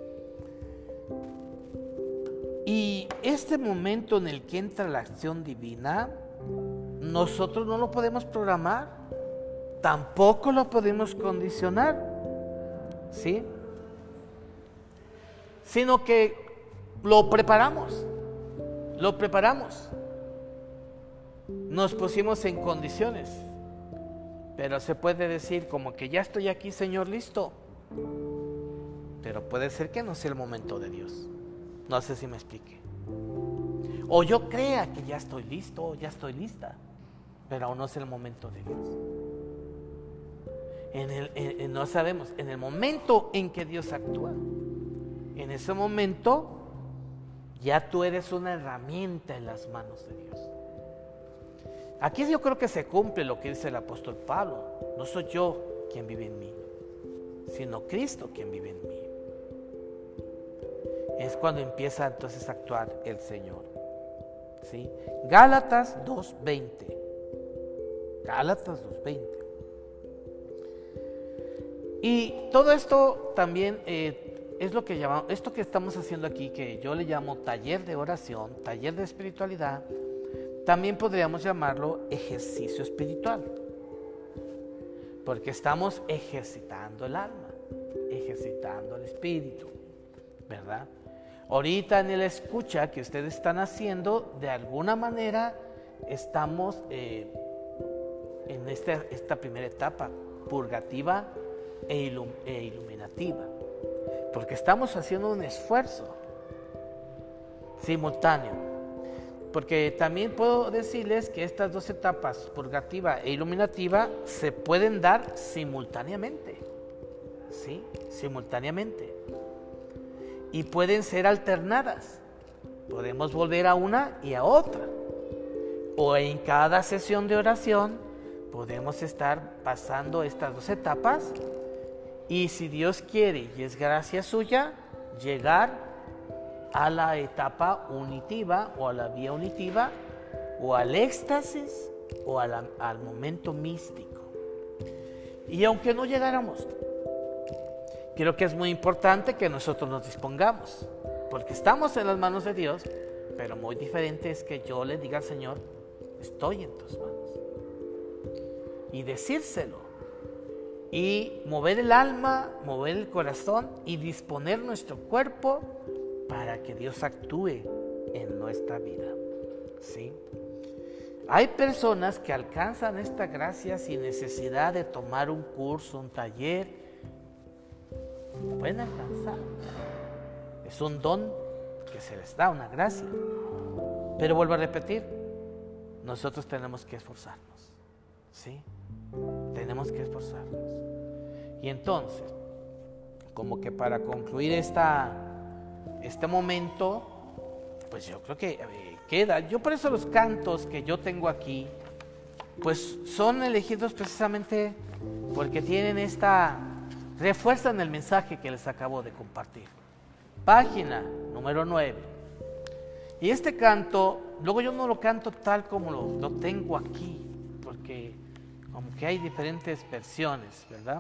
Y este momento en el que entra la acción divina, nosotros no lo podemos programar, tampoco lo podemos condicionar, ¿sí? Sino que lo preparamos, lo preparamos. Nos pusimos en condiciones, pero se puede decir como que ya estoy aquí, Señor, listo. Pero puede ser que no sea el momento de Dios. No sé si me explique. O yo crea que ya estoy listo, ya estoy lista, pero aún no es el momento de Dios. En el, en, en, no sabemos, en el momento en que Dios actúa, en ese momento ya tú eres una herramienta en las manos de Dios. Aquí yo creo que se cumple lo que dice el apóstol Pablo. No soy yo quien vive en mí, sino Cristo quien vive en mí. Es cuando empieza entonces a actuar el Señor, ¿sí? Gálatas dos veinte. Gálatas dos veinte. Y todo esto también eh, es lo que llamamos, esto que estamos haciendo aquí, que yo le llamo taller de oración, taller de espiritualidad, también podríamos llamarlo ejercicio espiritual, porque estamos ejercitando el alma, ejercitando el espíritu, ¿verdad? Ahorita en el escucha que ustedes están haciendo, de alguna manera estamos eh, en este, esta primera etapa purgativa e, ilum, e iluminativa, porque estamos haciendo un esfuerzo simultáneo. Porque también puedo decirles que estas dos etapas, purgativa e iluminativa, se pueden dar simultáneamente, ¿sí? Simultáneamente. Y pueden ser alternadas. Podemos volver a una y a otra. O en cada sesión de oración podemos estar pasando estas dos etapas. Y si Dios quiere y es gracia suya, llegar a la etapa unitiva o a la vía unitiva o al éxtasis o a la, al momento místico. Y aunque no llegáramos, creo que es muy importante que nosotros nos dispongamos, porque estamos en las manos de Dios, pero muy diferente es que yo le diga al Señor, estoy en tus manos, y decírselo, y mover el alma, mover el corazón y disponer nuestro cuerpo para que Dios actúe en nuestra vida, ¿sí? Hay personas que alcanzan esta gracia sin necesidad de tomar un curso, un taller. Pueden alcanzar. Es un don que se les da, una gracia. Pero vuelvo a repetir, nosotros tenemos que esforzarnos, ¿sí? Tenemos que esforzarnos. Y entonces, como que para concluir esta... este momento, pues yo creo que eh, queda. Yo por eso los cantos que yo tengo aquí, pues son elegidos precisamente porque tienen esta, refuerzan el mensaje que les acabo de compartir. Página número nueve. Y este canto, luego yo no lo canto tal como lo, lo tengo aquí, porque como que hay diferentes versiones, ¿verdad?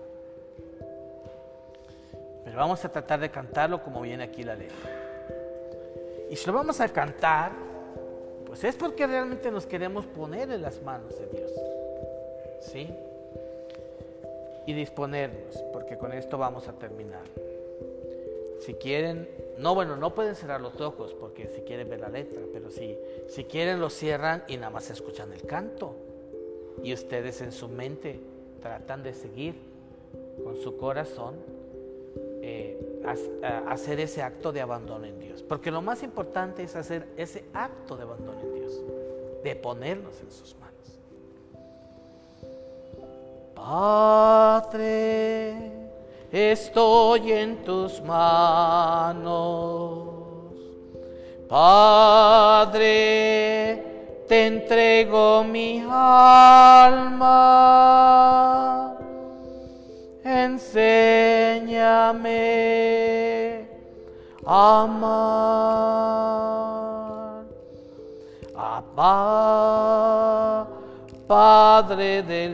Pero vamos a tratar de cantarlo como viene aquí la letra. Y si lo vamos a cantar, pues es porque realmente nos queremos poner en las manos de Dios, ¿sí? Y disponernos, porque con esto vamos a terminar. Si quieren, no, bueno, no pueden cerrar los ojos, porque si quieren ver la letra, pero si, si quieren lo cierran y nada más escuchan el canto. Y ustedes en su mente tratan de seguir con su corazón Eh, a, a hacer ese acto de abandono en Dios, porque lo más importante es hacer ese acto de abandono en Dios, de ponernos en sus manos. Padre, estoy en tus manos. Padre, te entrego mi alma. Enséñame a amar. Abba, Padre del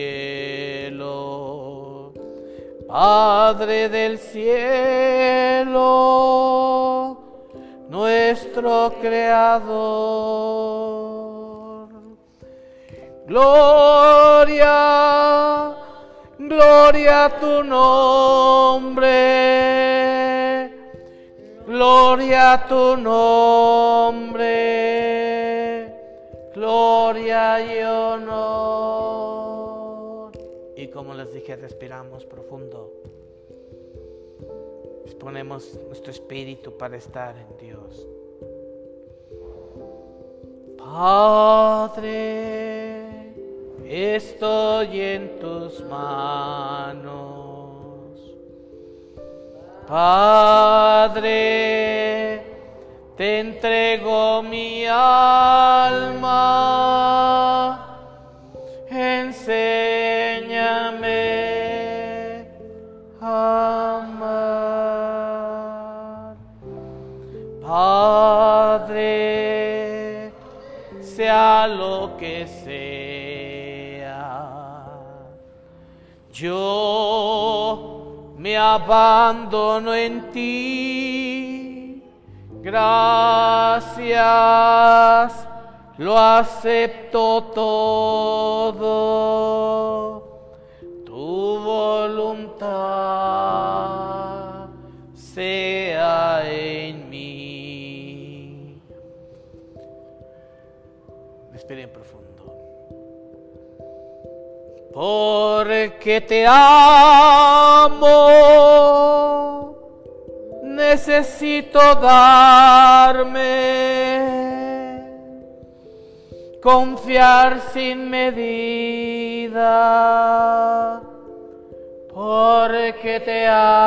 cielo, Padre del cielo, nuestro nuestro Creador. Gloria, gloria a tu nombre, gloria a tu nombre, gloria y honor. Y como les dije, respiramos profundo. Disponemos nuestro espíritu para estar en Dios. Padre, estoy en tus manos. Padre, te entrego mi alma. Enséñame a amar. Padre, sea lo que sea, yo me abandono en ti. Gracias, lo acepto todo. Tu voluntad sea en mí. Respiren profundo. Porque te amo, necesito darme, confiar sin medida, porque te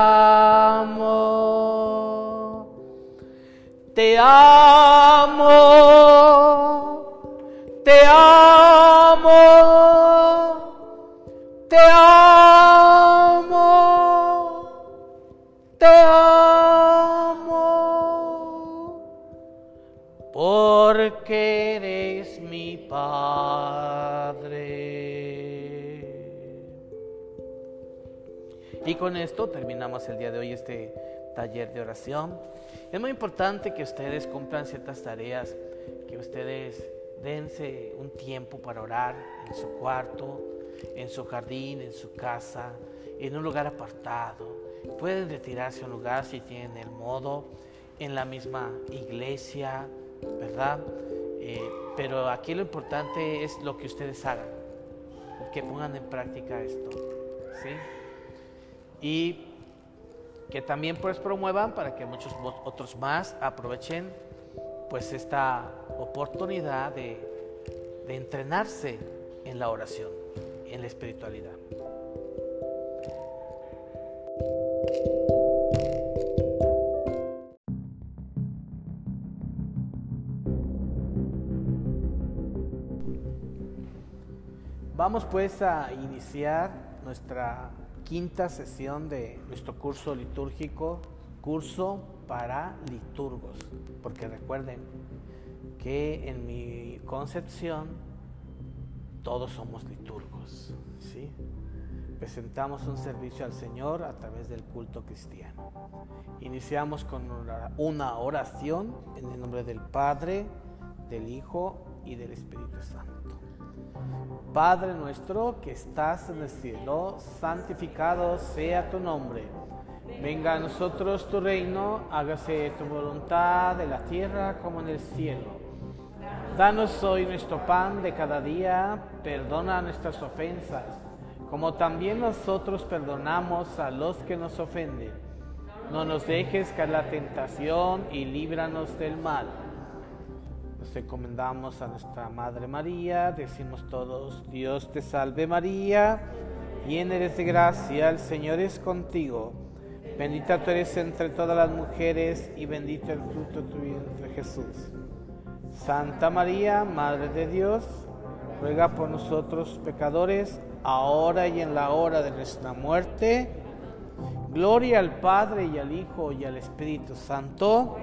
amo, te amo, te amo, te amo, te amo, porque eres mi Padre. Y con esto terminamos el día de hoy este taller de oración. Es muy importante que ustedes cumplan ciertas tareas, que ustedes dense un tiempo para orar en su cuarto, en su jardín, en su casa, en un lugar apartado. Pueden retirarse a un lugar si tienen el modo, en la misma iglesia, ¿verdad? Eh, pero aquí lo importante es lo que ustedes hagan, que pongan en práctica esto, ¿sí? Y que también pues promuevan para que muchos otros más aprovechen pues esta oportunidad de, de entrenarse en la oración, en la espiritualidad. Vamos pues a iniciar nuestra quinta sesión de nuestro curso litúrgico, curso para liturgos, porque recuerden que en mi concepción todos somos liturgos, ¿sí? Presentamos un servicio al Señor a través del culto cristiano. Iniciamos con una oración en el nombre del Padre, del Hijo y del Espíritu Santo. Padre nuestro que estás en el cielo, santificado sea tu nombre. Venga a nosotros tu reino, hágase tu voluntad en la tierra como en el cielo. Danos hoy nuestro pan de cada día, perdona nuestras ofensas, como también nosotros perdonamos a los que nos ofenden. No nos dejes caer en la tentación y líbranos del mal. Nos encomendamos a nuestra Madre María, decimos todos: Dios te salve María, llena eres de gracia, el Señor es contigo. Bendita tú eres entre todas las mujeres y bendito el fruto de tu vientre Jesús. Santa María, Madre de Dios, ruega por nosotros pecadores, ahora y en la hora de nuestra muerte. Gloria al Padre y al Hijo y al Espíritu Santo.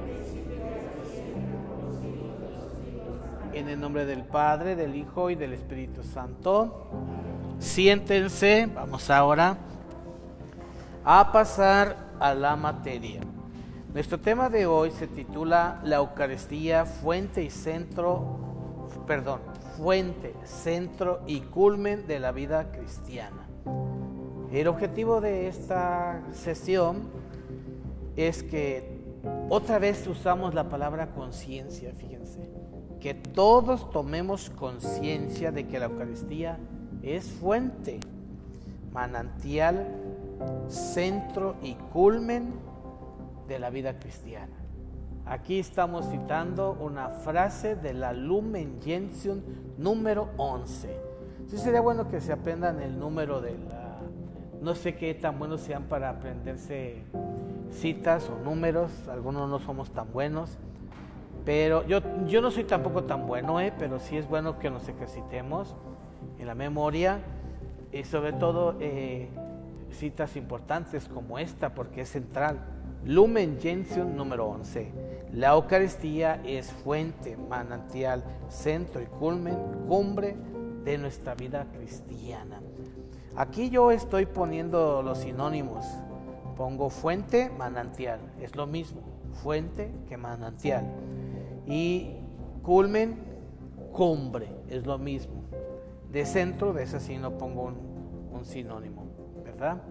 En el nombre del Padre, del Hijo y del Espíritu Santo. Siéntense, vamos ahora a pasar a la materia. Nuestro tema de hoy se titula La Eucaristía, fuente y centro, perdón, fuente, centro y culmen de la vida cristiana. El objetivo de esta sesión es que otra vez usamos la palabra conciencia, fíjense, que todos tomemos conciencia de que la Eucaristía es fuente, manantial, centro y culmen de la vida cristiana. Aquí estamos citando una frase de la Lumen Gentium número once. Sí, sería bueno que se aprendan el número de la... No sé qué tan buenos sean para aprenderse citas o números, algunos no somos tan buenos, pero yo, yo no soy tampoco tan bueno, ¿eh? Pero sí es bueno que nos ejercitemos en la memoria y sobre todo eh, citas importantes como esta, porque es central. Lumen Gentium número once. La Eucaristía es fuente, manantial, centro y culmen, cumbre de nuestra vida cristiana. Aquí yo estoy poniendo los sinónimos. Pongo fuente, manantial, es lo mismo, fuente que manantial. Y culmen, cumbre, es lo mismo. De centro, de ese sí no pongo un, un sinónimo, ¿verdad?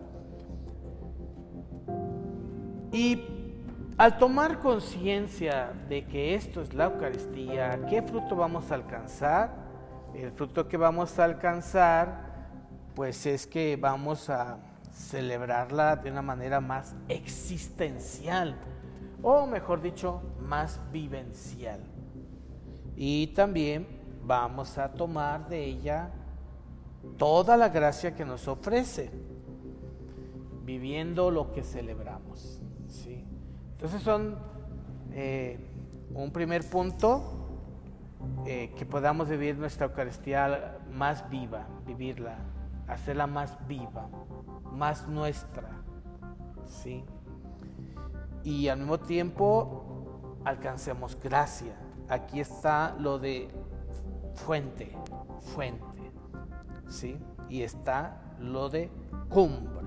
Y al tomar conciencia de que esto es la Eucaristía, ¿qué fruto vamos a alcanzar? El fruto que vamos a alcanzar, pues es que vamos a celebrarla de una manera más existencial, o mejor dicho, más vivencial. Y también vamos a tomar de ella toda la gracia que nos ofrece, viviendo lo que celebramos, ¿sí? Entonces son eh, un primer punto, eh, que podamos vivir nuestra Eucaristía más viva, vivirla, hacerla más viva, más nuestra, ¿sí? Y al mismo tiempo alcancemos gracia. Aquí está lo de fuente, fuente, ¿sí? Y está lo de cumbre.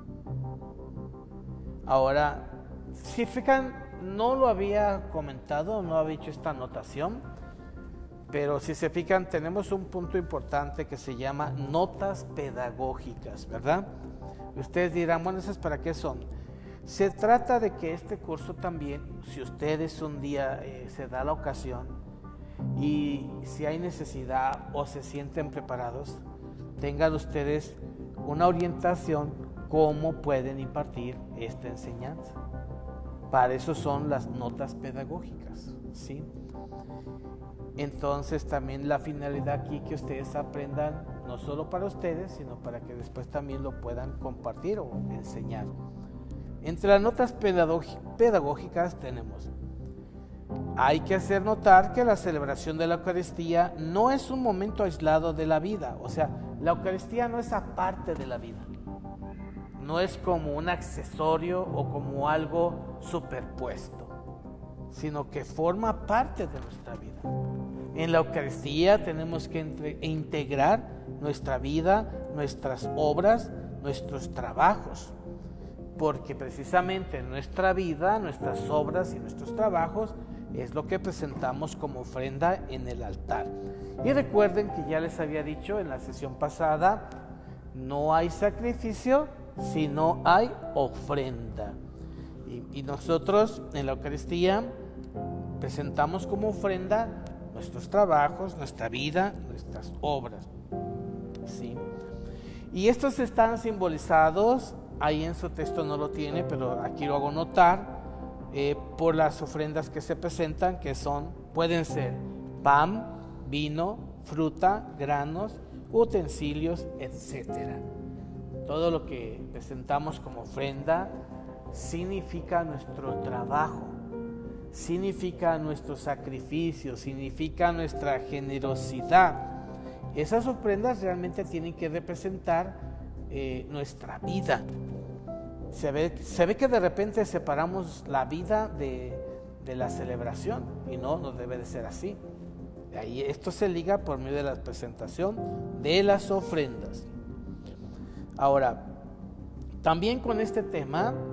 Ahora, si fijan, no lo había comentado, no había hecho esta anotación, pero si se fijan, tenemos un punto importante que se llama notas pedagógicas, ¿verdad? Ustedes dirán, bueno, ¿esas para qué son? Se trata de que este curso también, si ustedes un día eh, se da la ocasión y si hay necesidad o se sienten preparados, tengan ustedes una orientación cómo pueden impartir esta enseñanza. Para eso son las notas pedagógicas, ¿sí? Entonces también la finalidad aquí que ustedes aprendan no solo para ustedes, sino para que después también lo puedan compartir o enseñar. Entre las notas pedagógicas tenemos: hay que hacer notar que la celebración de la Eucaristía no es un momento aislado de la vida, o sea, la Eucaristía no es aparte de la vida, no es como un accesorio o como algo superpuesto, sino que forma parte de nuestra vida. En la Eucaristía tenemos que entre, integrar nuestra vida, nuestras obras, nuestros trabajos, porque precisamente nuestra vida, nuestras obras y nuestros trabajos es lo que presentamos como ofrenda en el altar. Y recuerden que ya les había dicho en la sesión pasada, no hay sacrificio si no hay ofrenda. Y, y nosotros en la Eucaristía presentamos como ofrenda nuestros trabajos, nuestra vida, nuestras obras, ¿sí? Y estos están simbolizados, ahí en su texto no lo tiene, pero aquí lo hago notar, eh, por las ofrendas que se presentan, que son, pueden ser pan, vino, fruta, granos, utensilios, etcétera. Todo lo que presentamos como ofrenda significa nuestro trabajo, significa nuestro sacrificio, significa nuestra generosidad. Esas ofrendas realmente tienen que representar eh, nuestra vida. Se ve, se ve que de repente separamos la vida de, de la celebración, y no, no debe de ser así. Ahí, esto se liga por medio de la presentación de las ofrendas. Ahora, también con este tema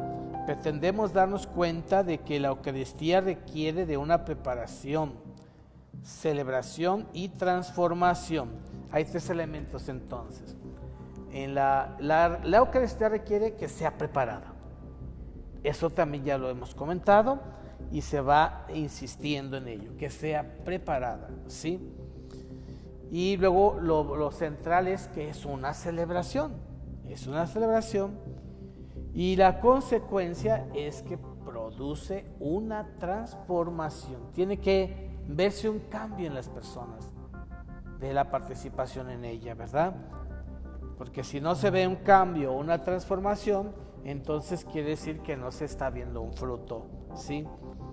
pretendemos darnos cuenta de que la Eucaristía requiere de una preparación, celebración y transformación. Hay tres elementos entonces. En la, la, la Eucaristía requiere que sea preparada. Eso también ya lo hemos comentado y se va insistiendo en ello, que sea preparada, ¿sí? Y luego lo, lo central es que es una celebración, es una celebración y la consecuencia es que produce una transformación. Tiene que verse un cambio en las personas de la participación en ella, ¿verdad? Porque si no se ve un cambio, una transformación, entonces quiere decir que no se está viendo un fruto, ¿sí?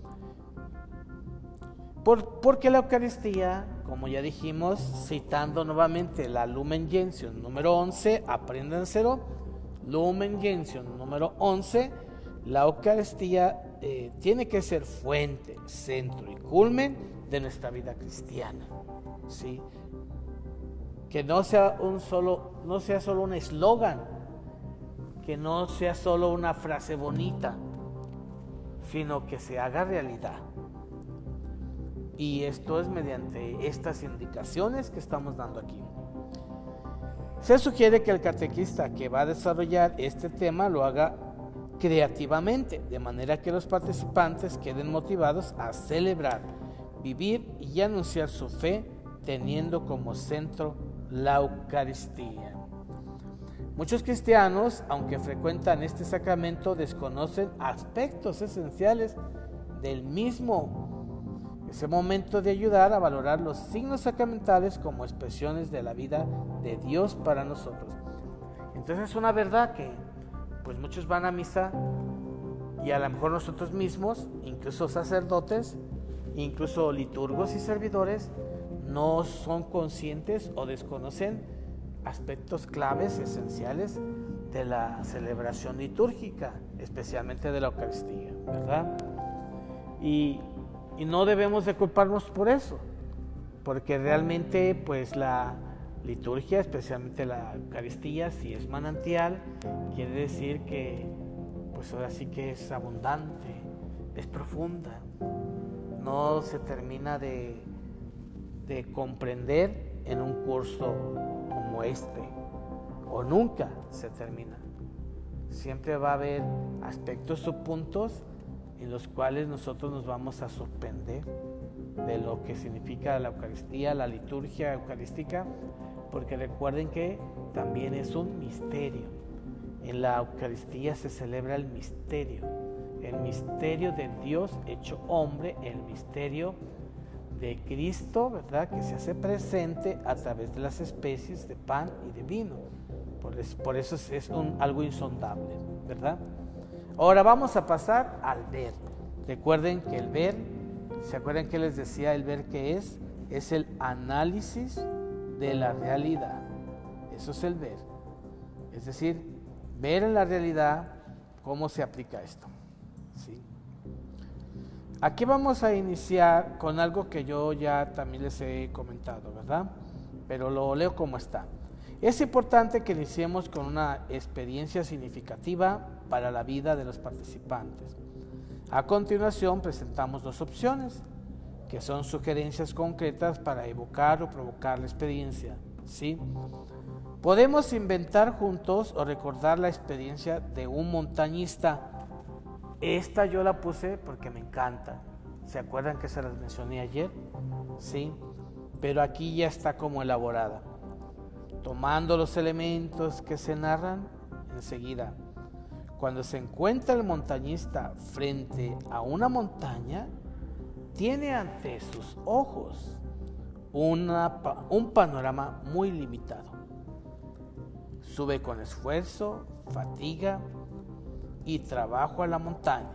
Por, porque la Eucaristía, como ya dijimos, citando nuevamente la Lumen Gentium número once, apréndanselo, Lumen Gentium número once, la Eucaristía eh, tiene que ser fuente, centro y culmen de nuestra vida cristiana, ¿sí? Que no sea un solo, no sea solo un eslogan, que no sea solo una frase bonita, sino que se haga realidad. Y esto es mediante estas indicaciones que estamos dando aquí. Se sugiere que el catequista que va a desarrollar este tema lo haga creativamente, de manera que los participantes queden motivados a celebrar, vivir y anunciar su fe, teniendo como centro la Eucaristía. Muchos cristianos, aunque frecuentan este sacramento, desconocen aspectos esenciales del mismo. Es el momento de ayudar a valorar los signos sacramentales como expresiones de la vida de Dios para nosotros. Entonces es una verdad que pues muchos van a misa y a lo mejor nosotros mismos, incluso sacerdotes, incluso liturgos y servidores, no son conscientes o desconocen aspectos claves, esenciales de la celebración litúrgica, especialmente de la Eucaristía, ¿verdad? Y, y no debemos de culparnos por eso, porque realmente pues la liturgia, especialmente la Eucaristía, si es manantial, quiere decir que pues ahora sí que es abundante, es profunda, no se termina de, de comprender en un curso como este, o nunca se termina. Siempre va a haber aspectos o puntos en los cuales nosotros nos vamos a sorprender de lo que significa la Eucaristía, la liturgia eucarística, porque recuerden que también es un misterio. En la Eucaristía se celebra el misterio, el misterio de Dios hecho hombre, el misterio de Cristo, ¿verdad?, que se hace presente a través de las especies de pan y de vino. Por eso, por eso es, es un, algo insondable, ¿verdad? Ahora vamos a pasar al ver. Recuerden que el ver, ¿se acuerdan que les decía el ver qué es? Es el análisis de la realidad. Eso es el ver. Es decir, ver en la realidad cómo se aplica esto, ¿sí? Aquí vamos a iniciar con algo que yo ya también les he comentado, ¿verdad? Pero lo leo como está. Es importante que iniciemos con una experiencia significativa para la vida de los participantes. A continuación presentamos dos opciones, que son sugerencias concretas para evocar o provocar la experiencia, ¿sí? Podemos inventar juntos o recordar la experiencia de un montañista. Esta yo la puse porque me encanta. ¿Se acuerdan que se las mencioné ayer? Sí, pero aquí ya está como elaborada. Tomando los elementos que se narran enseguida. Cuando se encuentra el montañista frente a una montaña, tiene ante sus ojos una, un panorama muy limitado. Sube con esfuerzo, fatiga y trabajo a la montaña.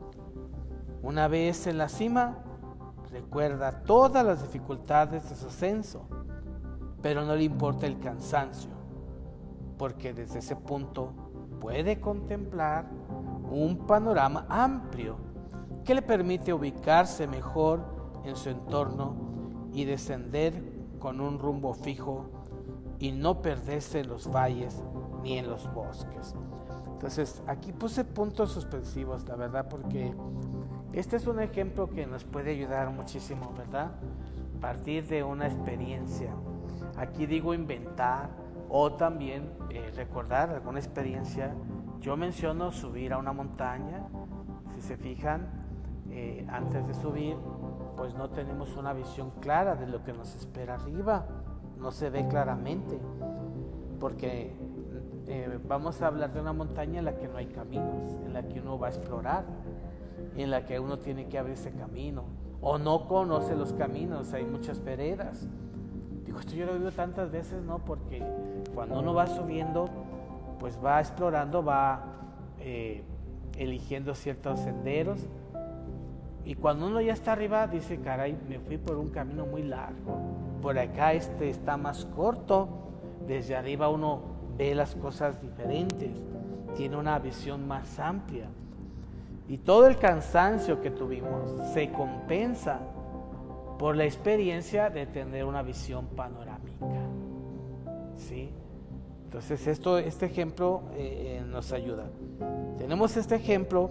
Una vez en la cima, recuerda todas las dificultades de su ascenso, pero no le importa el cansancio, porque desde ese punto puede contemplar un panorama amplio que le permite ubicarse mejor en su entorno y descender con un rumbo fijo y no perderse en los valles ni en los bosques. Entonces, aquí puse puntos suspensivos, la verdad, porque este es un ejemplo que nos puede ayudar muchísimo, ¿verdad? Partir de una experiencia. Aquí digo inventar o también eh, recordar alguna experiencia. Yo menciono subir a una montaña. Si se fijan, eh, antes de subir, pues no tenemos una visión clara de lo que nos espera arriba. No se ve claramente, porque eh, vamos a hablar de una montaña en la que no hay caminos, en la que uno va a explorar, en la que uno tiene que abrirse camino, o no conoce los caminos, hay muchas veredas. Digo, esto yo lo vivo tantas veces, ¿no? Porque cuando uno va subiendo, pues va explorando, va eh, eligiendo ciertos senderos, y cuando uno ya está arriba, dice, caray, me fui por un camino muy largo, por acá este está más corto. Desde arriba uno ve las cosas diferentes, tiene una visión más amplia. Y todo el cansancio que tuvimos se compensa por la experiencia de tener una visión panorámica. ¿Sí? Entonces esto, este ejemplo eh, nos ayuda. Tenemos este ejemplo.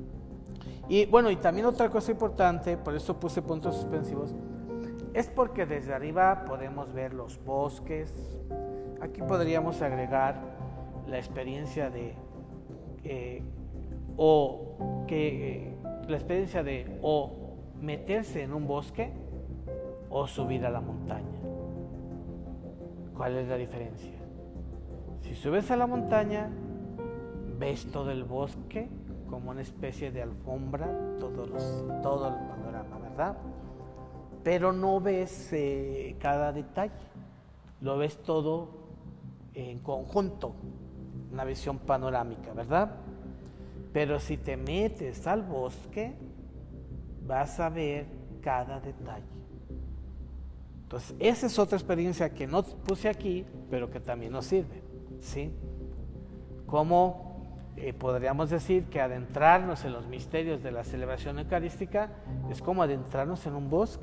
Y bueno, y también otra cosa importante, por eso puse puntos suspensivos, es porque desde arriba podemos ver los bosques. Aquí podríamos agregar la experiencia de eh, o que eh, la experiencia de o meterse en un bosque o subir a la montaña. ¿Cuál es la diferencia? Si subes a la montaña, ves todo el bosque como una especie de alfombra, todos los, todo el panorama, ¿verdad? Pero no ves eh, cada detalle, lo ves todo en conjunto, una visión panorámica, ¿verdad? Pero si te metes al bosque, vas a ver cada detalle. Entonces, esa es otra experiencia que no puse aquí, pero que también nos sirve, ¿sí? Como eh, podríamos decir que adentrarnos en los misterios de la celebración eucarística es como adentrarnos en un bosque.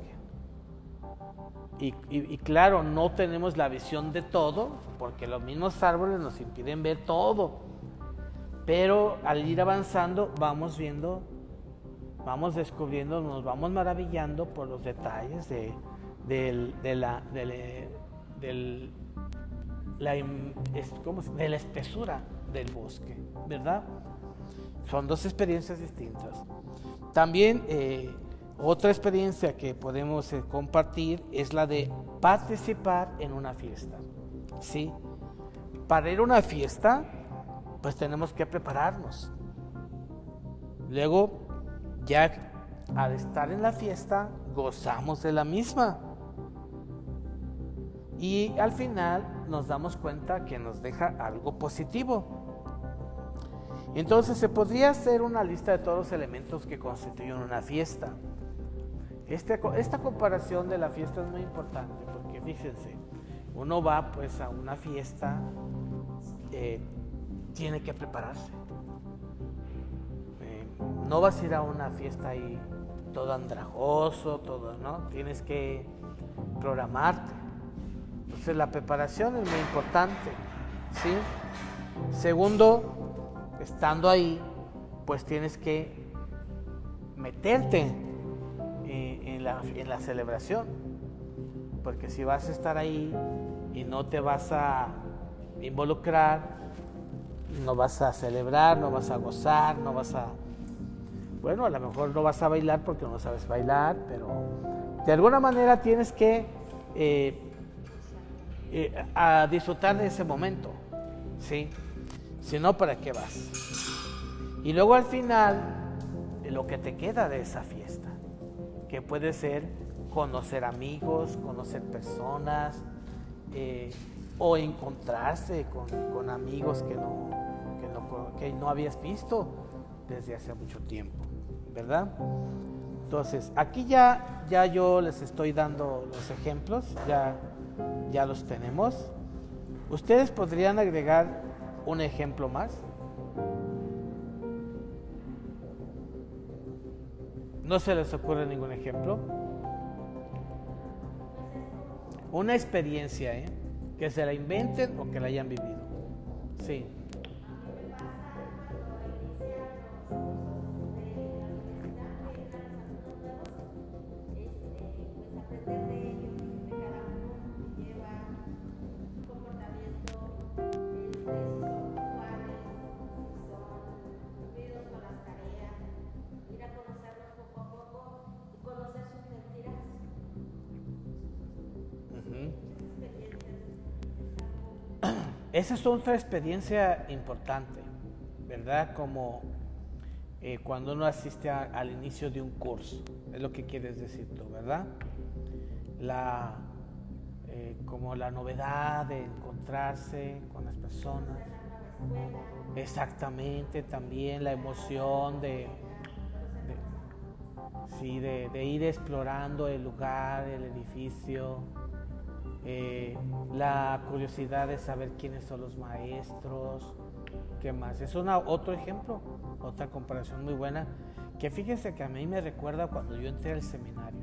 Y, y, y claro, no tenemos la visión de todo, porque los mismos árboles nos impiden ver todo. Pero al ir avanzando vamos viendo, vamos descubriendo, nos vamos maravillando por los detalles de, de, de, la, de, de, la, ¿cómo se, de la espesura del bosque, ¿verdad? Son dos experiencias distintas. También eh, otra experiencia que podemos eh, compartir es la de participar en una fiesta, ¿sí? Para ir a una fiesta, pues tenemos que prepararnos. Luego, ya al estar en la fiesta, gozamos de la misma. Y al final nos damos cuenta que nos deja algo positivo. Entonces se podría hacer una lista de todos los elementos que constituyen una fiesta. Este, esta comparación de la fiesta es muy importante porque fíjense, uno va pues a una fiesta, eh, tiene que prepararse. Eh, no vas a ir a una fiesta ahí todo andrajoso, todo, ¿no? Tienes que programarte. Entonces la preparación es muy importante, ¿sí? Segundo, estando ahí, pues tienes que meterte eh, en, la, en la celebración, porque si vas a estar ahí y no te vas a involucrar, no vas a celebrar, no vas a gozar, no vas a... Bueno, a lo mejor no vas a bailar porque no sabes bailar, pero de alguna manera tienes que eh, eh, a disfrutar de ese momento, ¿sí? Si no, ¿para qué vas? Y luego al final, lo que te queda de esa fiesta, que puede ser conocer amigos, conocer personas, eh, o encontrarse con, con amigos que no, que, no, que no habías visto desde hace mucho tiempo, ¿verdad? Entonces, aquí ya, ya yo les estoy dando los ejemplos, ya, ya los tenemos. ¿Ustedes podrían agregar un ejemplo más? ¿No se les ocurre ningún ejemplo? Una experiencia, ¿eh? Que se la inventen o que la hayan vivido. Sí. esa es otra experiencia importante, ¿verdad? Como eh, cuando uno asiste a, al inicio de un curso, es lo que quieres decir tú, ¿verdad? La, eh, como la novedad de encontrarse con las personas. Exactamente, también la emoción de, de, sí, de, de ir explorando el lugar, el edificio, eh, la curiosidad de saber quiénes son los maestros, qué más. Es una, otro ejemplo, otra comparación muy buena, que fíjense que a mí me recuerda cuando yo entré al seminario,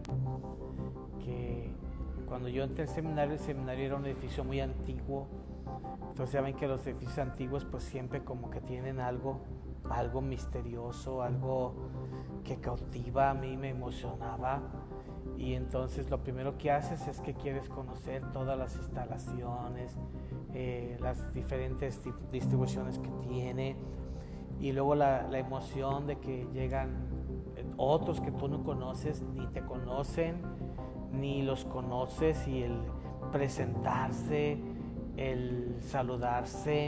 que cuando yo entré al seminario, el seminario era un edificio muy antiguo. Entonces ya ven que los edificios antiguos pues siempre como que tienen algo, algo misterioso, algo que cautiva, a mí me emocionaba. Y entonces lo primero que haces es que quieres conocer todas las instalaciones, eh, las diferentes distribuciones que tiene, y luego la, la emoción de que llegan otros que tú no conoces, ni te conocen, ni los conoces, y el presentarse, el saludarse,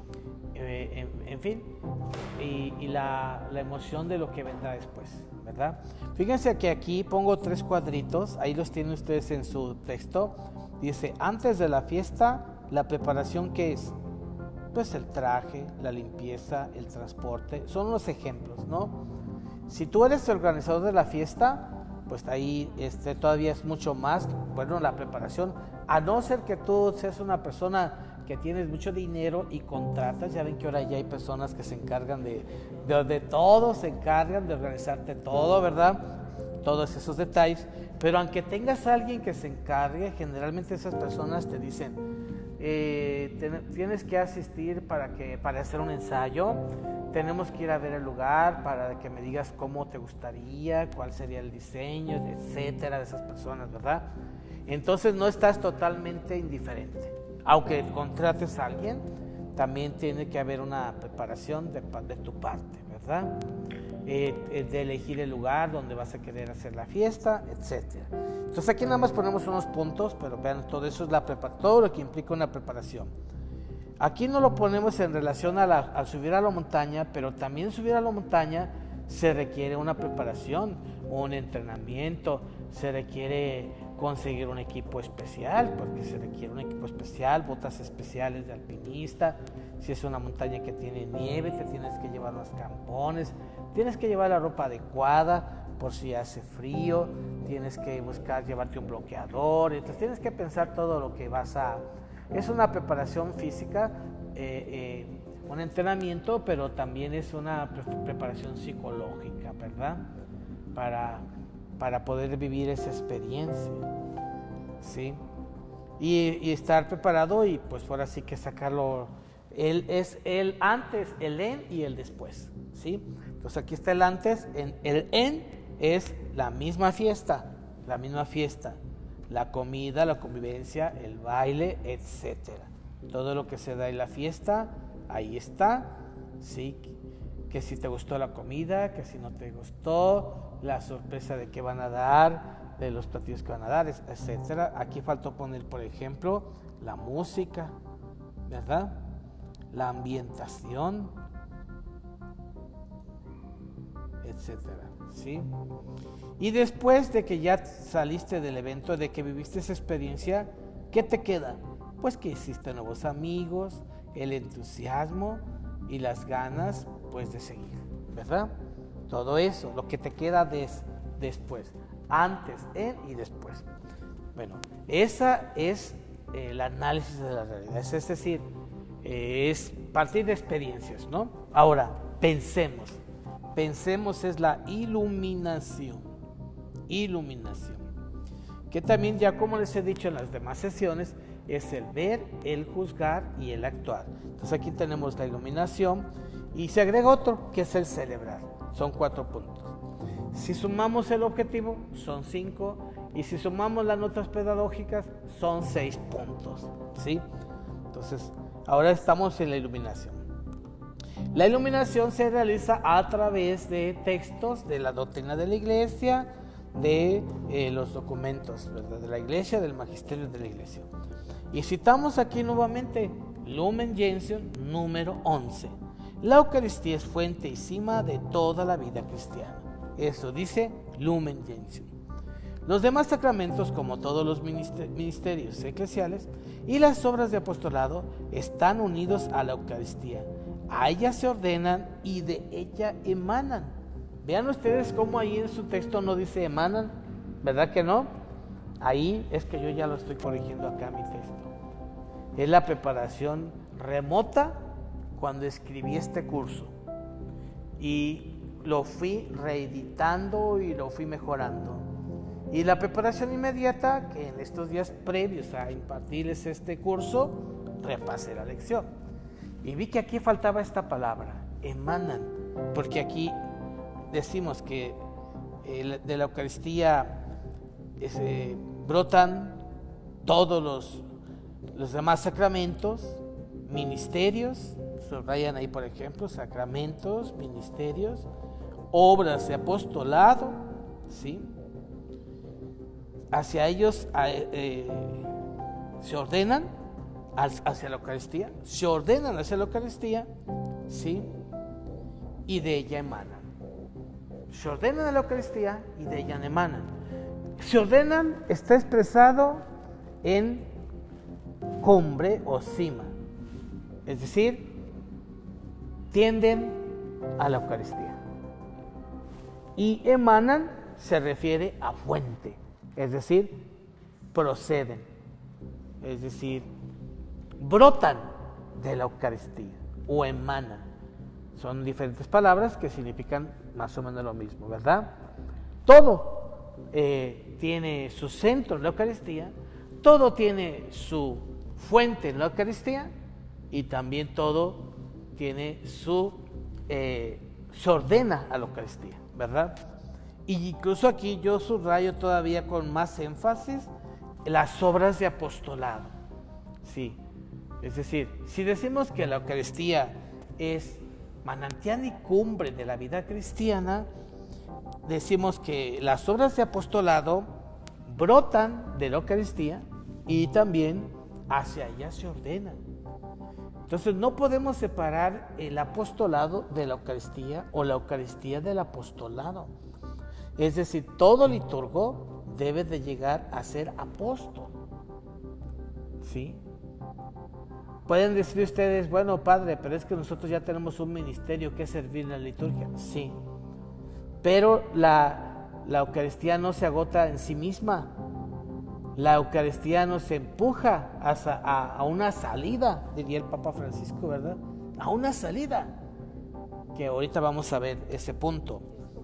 eh, en, en fin, y, y la, la emoción de lo que vendrá después, ¿verdad? Fíjense que aquí pongo tres cuadritos, ahí los tienen ustedes en su texto. Dice, antes de la fiesta, la preparación, ¿qué es? Pues el traje, la limpieza, el transporte, son los ejemplos, ¿no? Si tú eres el organizador de la fiesta, pues ahí este, todavía es mucho más, bueno, la preparación, a no ser que tú seas una persona que tienes mucho dinero y contratas, ya ven que ahora ya hay personas que se encargan de, de, de todo, se encargan de organizarte todo, ¿verdad? Todos esos detalles, pero aunque tengas a alguien que se encargue, generalmente esas personas te dicen, eh, ten, tienes que asistir para, que, para hacer un ensayo, tenemos que ir a ver el lugar para que me digas cómo te gustaría, cuál sería el diseño, etcétera, de esas personas, ¿verdad? Entonces no estás totalmente indiferente. Aunque contrates a alguien, también tiene que haber una preparación de, de tu parte, ¿verdad? Eh, de elegir el lugar donde vas a querer hacer la fiesta, etcétera. Entonces aquí nada más ponemos unos puntos, pero vean, todo eso es la preparación, todo lo que implica una preparación. Aquí no lo ponemos en relación a, la, a subir a la montaña, pero también subir a la montaña se requiere una preparación, un entrenamiento, se requiere conseguir un equipo especial, porque se requiere un equipo especial, botas especiales de alpinista. Si es una montaña que tiene nieve, te tienes que llevar los campones, tienes que llevar la ropa adecuada por si hace frío, tienes que buscar llevarte un bloqueador, entonces tienes que pensar todo lo que vas a... Es una preparación física, eh, eh, un entrenamiento, pero también es una pre- preparación psicológica, ¿verdad? Para, para poder vivir esa experiencia, ¿sí? Y, y estar preparado y pues ahora sí que sacarlo. Él es el antes, el en y el después, ¿sí? Entonces aquí está el antes, en, el en es la misma fiesta, la misma fiesta. La comida, la convivencia, el baile, etcétera. Todo lo que se da en la fiesta, ahí está, ¿sí? Que si te gustó la comida, que si no te gustó, la sorpresa de qué van a dar, de los platillos que van a dar, etcétera. Aquí faltó poner, por ejemplo, la música, ¿verdad? La ambientación, etcétera, ¿sí? Y después de que ya saliste del evento, de que viviste esa experiencia, ¿qué te queda? Pues que hiciste nuevos amigos, el entusiasmo y las ganas, pues, de seguir, ¿verdad? Todo eso, lo que te queda des, después, antes, en y después. Bueno, esa es eh, el análisis de la realidad, es, es decir, eh, es partir de experiencias, ¿no? Ahora, pensemos, pensemos es la iluminación. Iluminación, que también, ya como les he dicho en las demás sesiones, es el ver, el juzgar y el actuar. Entonces aquí tenemos la iluminación y se agrega otro que es el celebrar. Son cuatro puntos. Si sumamos el objetivo son cinco, y si sumamos las notas pedagógicas son seis puntos, ¿sí? Entonces ahora estamos en la iluminación. La iluminación se realiza a través de textos de la doctrina de la Iglesia, de eh, los documentos, ¿verdad?, de la Iglesia, del magisterio de la Iglesia. Y citamos aquí nuevamente Lumen Gentium número once. La Eucaristía es fuente y cima de toda la vida cristiana. Eso dice Lumen Gentium. Los demás sacramentos, como todos los ministerios eclesiales y las obras de apostolado, están unidos a la Eucaristía. A ella se ordenan y de ella emanan. Vean ustedes cómo ahí en su texto no dice emanan, ¿verdad que no? Ahí es que yo ya lo estoy corrigiendo acá en mi texto. Es la preparación remota cuando escribí este curso. Y lo fui reeditando y lo fui mejorando. Y la preparación inmediata, que en estos días previos a impartirles este curso, repasé la lección. Y vi que aquí faltaba esta palabra, emanan, porque aquí decimos que eh, de la Eucaristía eh, brotan todos los, los demás sacramentos, ministerios, subrayan ahí por ejemplo, sacramentos, ministerios, obras de apostolado, ¿sí? Hacia ellos eh, eh, se ordenan hacia la Eucaristía, se ordenan hacia la Eucaristía, ¿sí? Y de ella emanan. Se ordenan a la Eucaristía y de ella emanan. Se ordenan está expresado en cumbre o cima, es decir, tienden a la Eucaristía. Y emanan se refiere a fuente, es decir, proceden, es decir, brotan de la Eucaristía o emanan. Son diferentes palabras que significan más o menos lo mismo, ¿verdad? Todo eh, tiene su centro en la Eucaristía, todo tiene su fuente en la Eucaristía y también todo tiene su, eh, se ordena a la Eucaristía, ¿verdad? Y incluso aquí yo subrayo todavía con más énfasis las obras de apostolado, sí. Es decir, si decimos que la Eucaristía es manantial y cumbre de la vida cristiana, decimos que las obras de apostolado brotan de la Eucaristía y también hacia ella se ordenan. Entonces no podemos separar el apostolado de la Eucaristía o la Eucaristía del apostolado. Es decir, todo liturgo debe de llegar a ser apóstol, ¿sí? Pueden decir ustedes, bueno, padre, pero es que nosotros ya tenemos un ministerio que es servir en la liturgia. Sí, pero la, la Eucaristía no se agota en sí misma. La Eucaristía nos empuja a, a, a una salida, diría el Papa Francisco, ¿verdad? A una salida, que ahorita vamos a ver ese punto.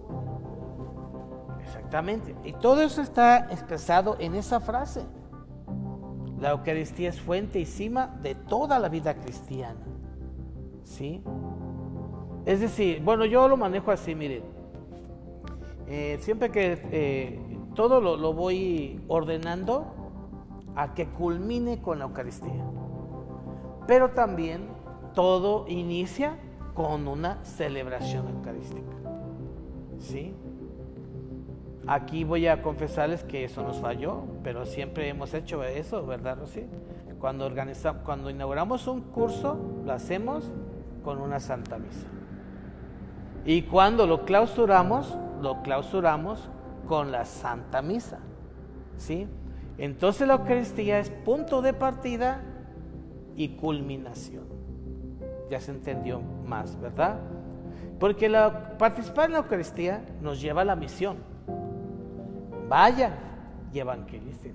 Exactamente, y todo eso está expresado en esa frase. La Eucaristía es fuente y cima de toda la vida cristiana, ¿sí? Es decir, bueno, yo lo manejo así, miren, eh, siempre que eh, todo lo, lo voy ordenando a que culmine con la Eucaristía, pero también todo inicia con una celebración eucarística, ¿sí? Aquí voy a confesarles que eso nos falló, pero siempre hemos hecho eso, ¿verdad, Rosy? Cuando organizamos, cuando inauguramos un curso, lo hacemos con una Santa Misa. Y cuando lo clausuramos, lo clausuramos con la Santa Misa, ¿sí? Entonces la Eucaristía es punto de partida y culminación. Ya se entendió más, ¿verdad? Porque la, participar en la Eucaristía nos lleva a la misión. Vayan y evangelicen.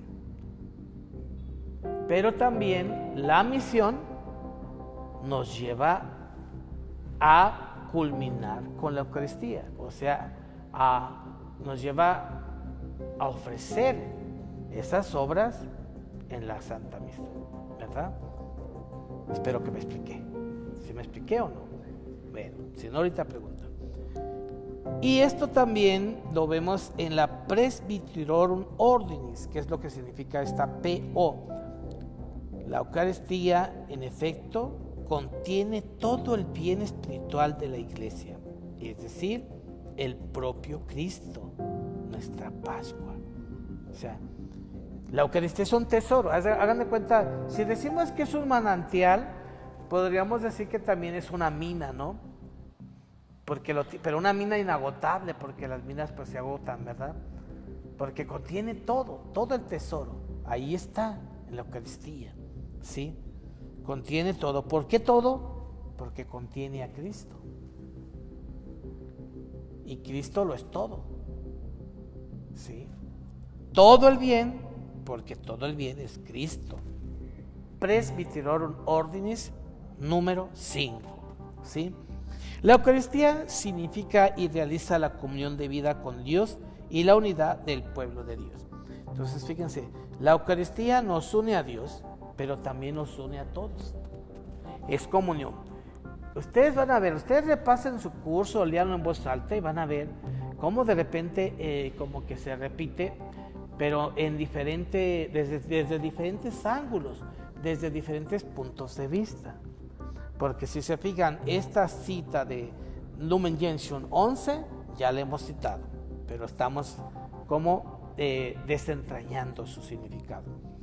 Pero también la misión nos lleva a culminar con la Eucaristía, o sea, a, nos lleva a ofrecer esas obras en la Santa Misa, ¿verdad? Espero que me expliqué. ¿Sí me expliqué o no? Bueno, si no, ahorita pregunto. Y esto también lo vemos en la Presbyterorum Ordinis, que es lo que significa esta P O. La Eucaristía, en efecto, contiene todo el bien espiritual de la Iglesia, es decir, el propio Cristo, nuestra Pascua. O sea, la Eucaristía es un tesoro. Hagan de cuenta, si decimos que es un manantial, podríamos decir que también es una mina, ¿no? Porque lo, pero una mina inagotable, porque las minas pues se agotan, ¿verdad? Porque contiene todo, todo el tesoro. Ahí está, en la Eucaristía, ¿sí? Contiene todo. ¿Por qué todo? Porque contiene a Cristo. Y Cristo lo es todo, ¿sí? Todo el bien, porque todo el bien es Cristo. Presbyterorum Ordinis número cinco, ¿sí? La Eucaristía significa y realiza la comunión de vida con Dios y la unidad del pueblo de Dios. Entonces, fíjense, la Eucaristía nos une a Dios, pero también nos une a todos. Es comunión. Ustedes van a ver, ustedes repasen su curso, leanlo en voz alta y van a ver cómo de repente eh, como que se repite, pero en diferente, desde, desde diferentes ángulos, desde diferentes puntos de vista. Porque si se fijan, esta cita de Lumen Gentium once ya la hemos citado, pero estamos como eh, desentrañando su significado.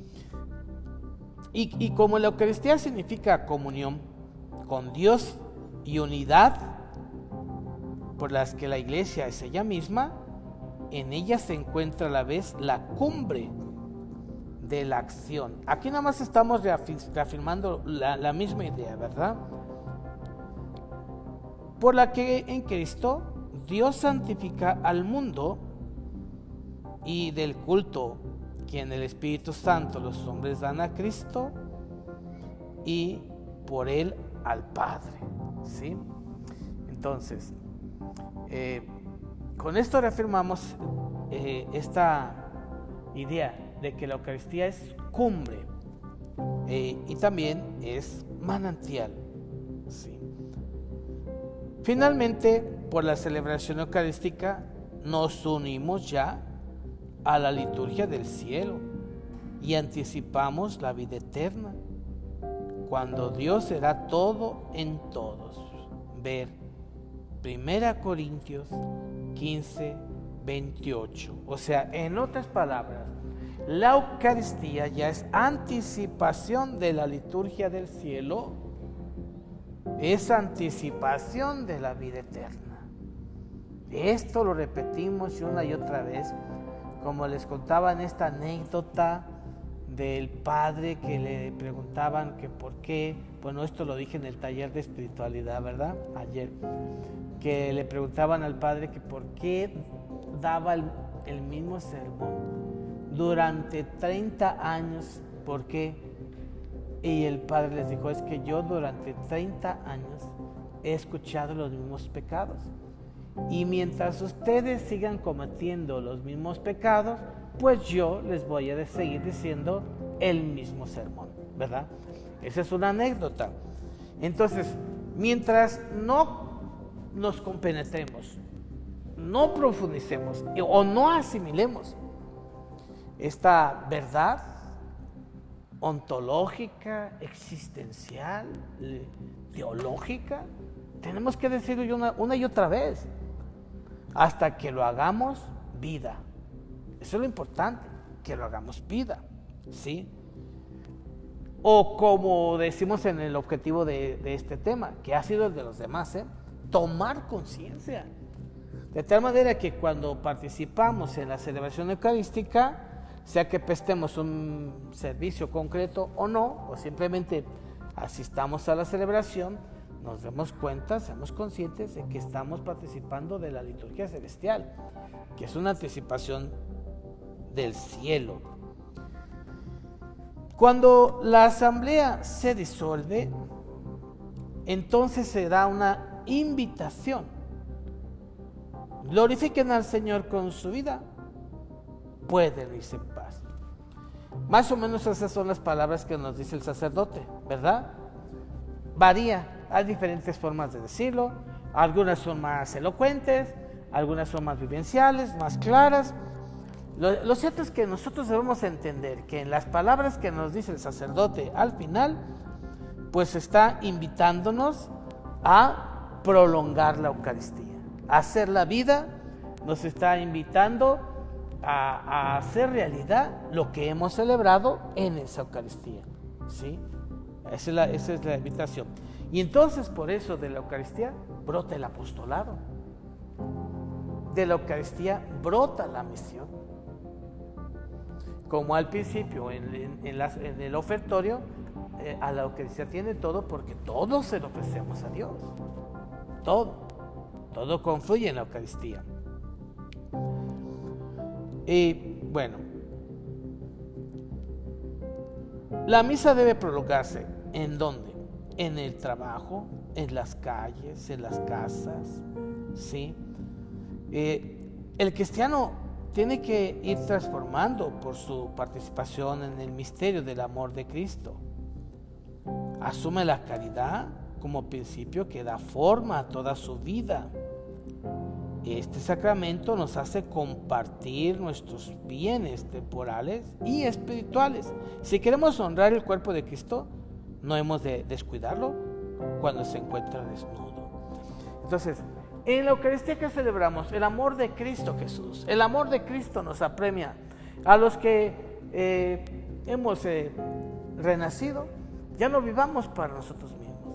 Y, y como la Eucaristía significa comunión con Dios y unidad, por las que la Iglesia es ella misma, en ella se encuentra a la vez la cumbre de la acción. Aquí nada más estamos reafirmando la, la misma idea, ¿verdad? Por la que en Cristo Dios santifica al mundo, y del culto que en el Espíritu Santo los hombres dan a Cristo y por él al Padre, ¿sí? Entonces, eh, con esto reafirmamos eh, esta idea de que la Eucaristía es cumbre eh, y también es manantial, ¿sí? Finalmente, por la celebración eucarística nos unimos ya a la liturgia del cielo y anticipamos la vida eterna, cuando Dios será todo en todos. Ver Primera Corintios quince, veintiocho. O sea, en otras palabras, la Eucaristía ya es anticipación de la liturgia del cielo, es anticipación de la vida eterna. Esto lo repetimos una y otra vez, como les contaba en esta anécdota del padre que le preguntaban que por qué, bueno, esto lo dije en el taller de espiritualidad, ¿verdad? Ayer, que le preguntaban al padre que por qué daba el, el mismo sermón durante treinta años, ¿por qué? Y el padre les dijo, es que yo durante treinta años he escuchado los mismos pecados. Y mientras ustedes sigan cometiendo los mismos pecados, pues yo les voy a seguir diciendo el mismo sermón, ¿verdad? Esa es una anécdota. Entonces, mientras no nos compenetremos, no profundicemos o no asimilemos esta verdad ontológica, existencial, teológica, tenemos que decirlo una, una y otra vez, hasta que lo hagamos vida. Eso es lo importante, que lo hagamos vida, ¿sí? O como decimos en el objetivo de, de este tema, que ha sido el de los demás, ¿eh? Tomar conciencia. De tal manera que cuando participamos en la celebración eucarística, sea que prestemos un servicio concreto o no, o simplemente asistamos a la celebración, nos demos cuenta, seamos conscientes de que estamos participando de la liturgia celestial, que es una anticipación del cielo. Cuando la asamblea se disuelve, entonces se da una invitación. Glorifiquen al Señor con su vida, pueden irse en paz. Más o menos esas son las palabras que nos dice el sacerdote, ¿verdad? Varía. Hay diferentes formas de decirlo, algunas son más elocuentes, algunas son más vivenciales, más claras. Lo, lo cierto es que nosotros debemos entender que en las palabras que nos dice el sacerdote al final, pues está invitándonos a prolongar la Eucaristía, a hacer la vida, nos está invitando a, a hacer realidad lo que hemos celebrado en esa Eucaristía, ¿sí? Esa es la, esa es la invitación. Y entonces por eso de la Eucaristía brota el apostolado. De la Eucaristía brota la misión. Como al principio en, en, en, las, en el ofertorio, eh, a la Eucaristía tiene todo porque todos se lo ofrecemos a Dios. Todo. Todo confluye en la Eucaristía. Y bueno, la misa debe prolongarse. ¿En dónde? En el trabajo, en las calles, en las casas, ¿sí? Eh, el cristiano tiene que ir transformando por su participación en el misterio del amor de Cristo. Asume la caridad como principio que da forma a toda su vida. Este sacramento nos hace compartir nuestros bienes temporales y espirituales. Si queremos honrar el cuerpo de Cristo, no hemos de descuidarlo cuando se encuentra desnudo. Entonces, en la Eucaristía que celebramos, el amor de Cristo Jesús, el amor de Cristo nos apremia. A los que eh, hemos eh, renacido, ya no vivamos para nosotros mismos.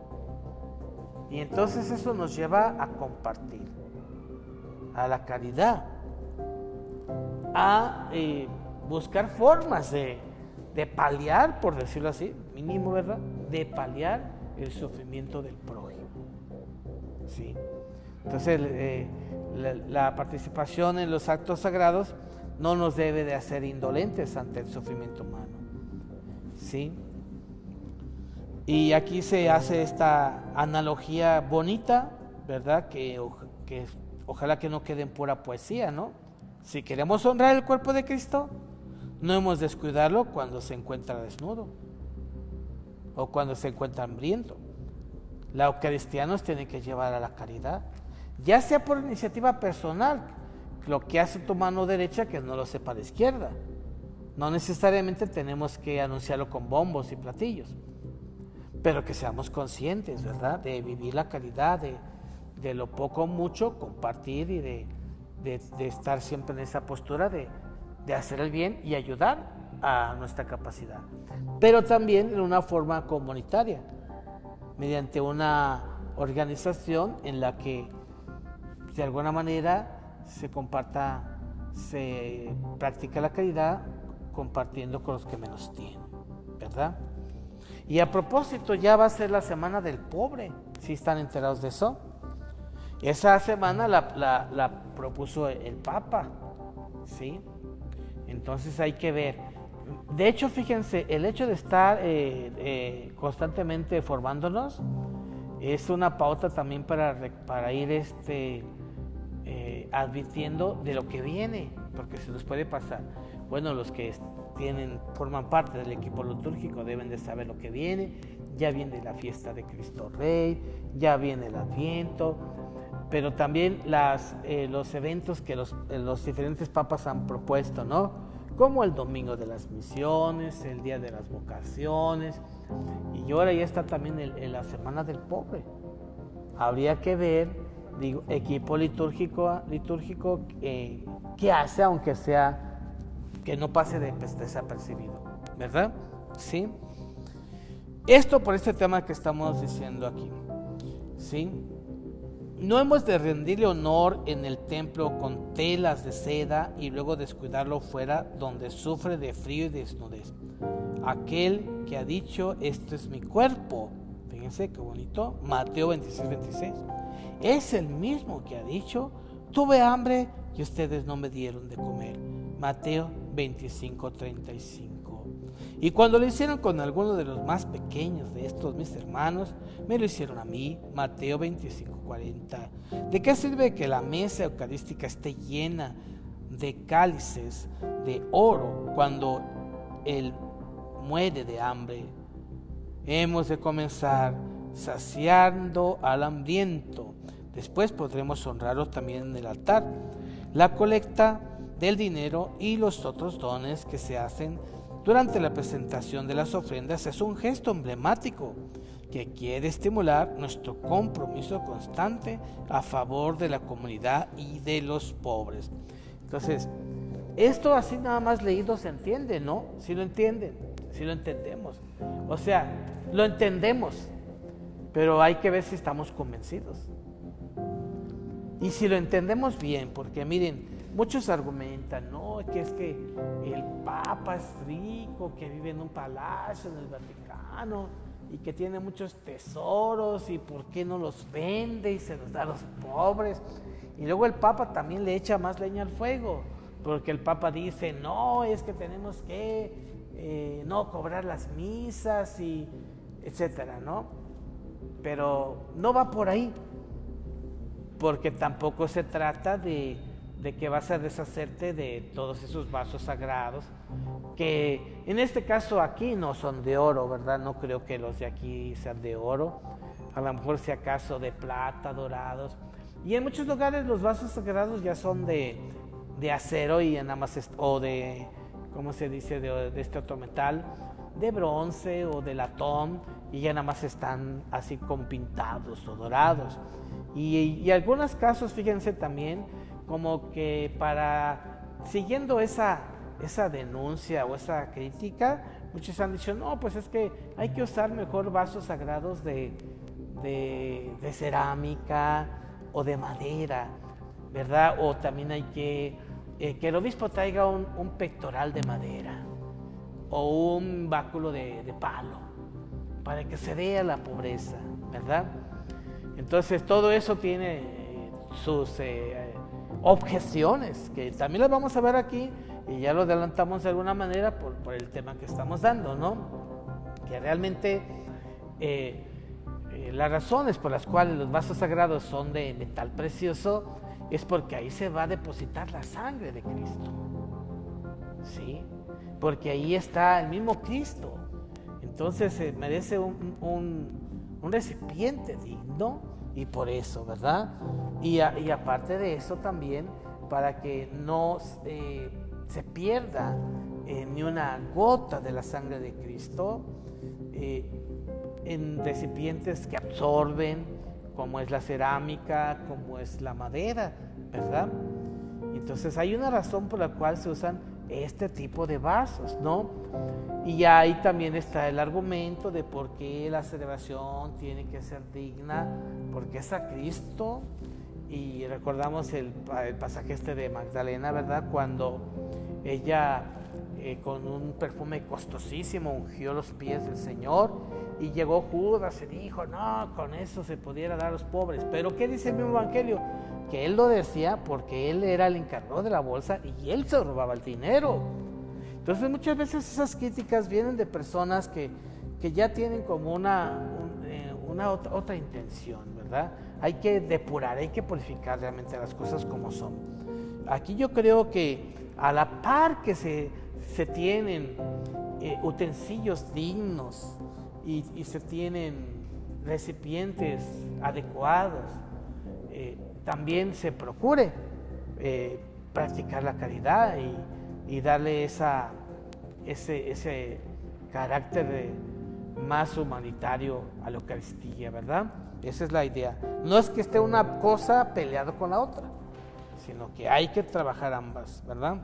Y entonces eso nos lleva a compartir, a la caridad, a eh, buscar formas de, de paliar, por decirlo así, mínimo, ¿verdad? De paliar el sufrimiento del prójimo. ¿Sí? Entonces, eh, la, la participación en los actos sagrados no nos debe de hacer indolentes ante el sufrimiento humano. ¿Sí? Y aquí se hace esta analogía bonita, ¿verdad? Que, que ojalá que no quede en pura poesía, ¿no? Si queremos honrar el cuerpo de Cristo, no hemos de descuidarlo cuando se encuentra desnudo o cuando se encuentra hambriento. La Eucaristía nos tiene que llevar a la caridad, ya sea por iniciativa personal, lo que hace tu mano derecha que no lo sepa la izquierda. No necesariamente tenemos que anunciarlo con bombos y platillos, pero que seamos conscientes, ¿verdad? De vivir la caridad, de, de lo poco o mucho compartir y de, de, de estar siempre en esa postura de, de hacer el bien y ayudar a nuestra capacidad, pero también en una forma comunitaria, mediante una organización en la que de alguna manera se comparta, se practica la caridad compartiendo con los que menos tienen, ¿verdad? Y a propósito, ya va a ser la semana del pobre, ¿sí están enterados de eso? Esa semana la, la, la propuso el Papa, ¿sí? Entonces hay que ver. De hecho, fíjense, el hecho de estar eh, eh, constantemente formándonos es una pauta también para, para ir este, eh, advirtiendo de lo que viene, porque se nos puede pasar. Bueno, los que tienen, forman parte del equipo litúrgico deben de saber lo que viene. Ya viene la fiesta de Cristo Rey, ya viene el Adviento, pero también las, eh, los eventos que los, los diferentes papas han propuesto, ¿no? Como el Domingo de las Misiones, el Día de las Vocaciones, y ahora ya está también el, el, la Semana del Pobre. Habría que ver, digo, equipo litúrgico, litúrgico eh, qué hace, aunque sea que no pase de, pues, desapercibido, ¿verdad? ¿Sí? Esto por este tema que estamos diciendo aquí, ¿sí? No hemos de rendirle honor en el templo con telas de seda y luego descuidarlo fuera donde sufre de frío y desnudez. Aquel que ha dicho, esto es mi cuerpo, fíjense qué bonito, Mateo veintiséis, veintiséis, es el mismo que ha dicho, tuve hambre y ustedes no me dieron de comer, Mateo veinticinco, treinta y cinco. Y cuando lo hicieron con alguno de los más pequeños de estos mis hermanos, me lo hicieron a mí, Mateo veinticinco, cuarenta. ¿De qué sirve que la mesa eucarística esté llena de cálices de oro cuando él muere de hambre? Hemos de comenzar saciando al hambriento. Después podremos honrarlo también en el altar. La colecta del dinero y los otros dones que se hacen durante la presentación de las ofrendas es un gesto emblemático que quiere estimular nuestro compromiso constante a favor de la comunidad y de los pobres. Entonces, esto así nada más leído se entiende, ¿no? ¿Sí lo entienden? si lo entendemos. O sea, lo entendemos, pero hay que ver si estamos convencidos. Y si lo entendemos bien, porque miren, muchos argumentan, no, que es que el Papa es rico, que vive en un palacio en el Vaticano y que tiene muchos tesoros y por qué no los vende y se los da a los pobres. Y luego el Papa también le echa más leña al fuego, porque el Papa dice, no, es que tenemos que eh, no cobrar las misas y etcétera, ¿no? Pero no va por ahí, porque tampoco se trata de, de que vas a deshacerte de todos esos vasos sagrados, que en este caso aquí no son de oro, ¿verdad? No creo que los de aquí sean de oro, a lo mejor si acaso de plata, dorados. Y en muchos lugares los vasos sagrados ya son de, de acero y nada más, es, o de, ¿cómo se dice?, de, de este otro metal, de bronce o de latón, y ya nada más están así con pintados o dorados. Y, y algunos casos, fíjense también, como que para, siguiendo esa, esa denuncia o esa crítica, muchos han dicho, no, pues es que hay que usar mejor vasos sagrados de, de, de cerámica o de madera, ¿verdad? O también hay que, eh, que el obispo traiga un, un pectoral de madera o un báculo de, de palo, para que se vea la pobreza, ¿verdad? Entonces todo eso tiene eh, sus eh, objeciones, que también las vamos a ver aquí, y ya lo adelantamos de alguna manera por, por el tema que estamos dando, ¿no? Que realmente eh, eh, las razones por las cuales los vasos sagrados son de metal precioso es porque ahí se va a depositar la sangre de Cristo, ¿sí? Porque ahí está el mismo Cristo. Entonces se merece un, un, un recipiente digno, y por eso, ¿verdad? Y, a, y aparte de eso también, para que no eh, se pierda eh, ni una gota de la sangre de Cristo, eh, en recipientes que absorben, como es la cerámica, como es la madera, ¿verdad? Entonces hay una razón por la cual se usan este tipo de vasos, ¿no? Y ahí también está el argumento de por qué la celebración tiene que ser digna, porque es a Cristo. Y recordamos el, el pasaje este de Magdalena, ¿verdad? Cuando ella eh, con un perfume costosísimo ungió los pies del Señor, y llegó Judas y dijo, no, con eso se pudiera dar a los pobres. Pero ¿qué dice el mismo evangelio? Que él lo decía porque él era el encargado de la bolsa y él se robaba el dinero. Entonces muchas veces esas críticas vienen de personas que, que ya tienen como una, un, eh, una otra, otra intención, ¿verdad? Hay que depurar, hay que purificar realmente las cosas como son. Aquí yo creo que a la par que se, se tienen eh, utensilios dignos y, y se tienen recipientes adecuados, eh, también se procure eh, practicar la caridad y, y darle esa, ese, ese carácter de, más humanitario a la Eucaristía, ¿verdad? Esa es la idea. No es que esté una cosa peleada con la otra, sino que hay que trabajar ambas, ¿verdad?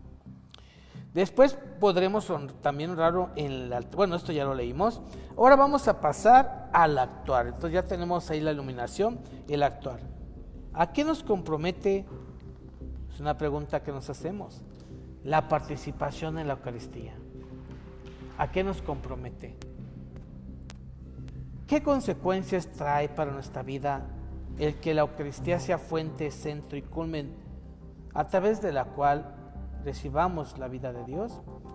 Después podremos también honrarlo en el altar. Bueno, esto ya lo leímos. Ahora vamos a pasar al actuar. Entonces ya tenemos ahí la iluminación, el actuar. ¿A qué nos compromete? Es una pregunta que nos hacemos. La participación en la Eucaristía. ¿A qué nos compromete? ¿Qué consecuencias trae para nuestra vida el que la Eucaristía sea fuente, centro y culmen a través de la cual recibamos la vida de Dios?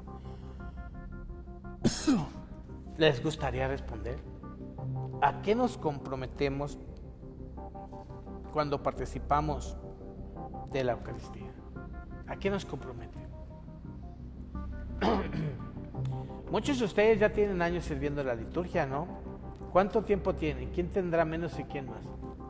¿Les gustaría responder? ¿A qué nos comprometemos cuando participamos de la Eucaristía? ¿A qué nos compromete? Muchos de ustedes ya tienen años sirviendo la liturgia, ¿no? ¿Cuánto tiempo tienen? ¿Quién tendrá menos y quién más?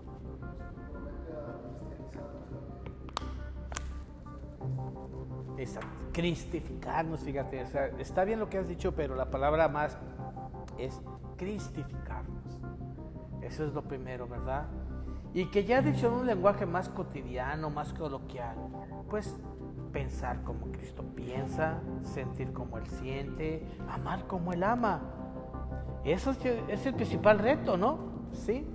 Exacto. Cristificarnos, fíjate, o sea, está bien lo que has dicho, pero la palabra más es cristificarnos. Eso es lo primero, ¿verdad? Y que ya dicho en un lenguaje más cotidiano, más coloquial, pues pensar como Cristo piensa, sentir como Él siente, amar como Él ama. Eso es el principal reto, ¿no? Sí.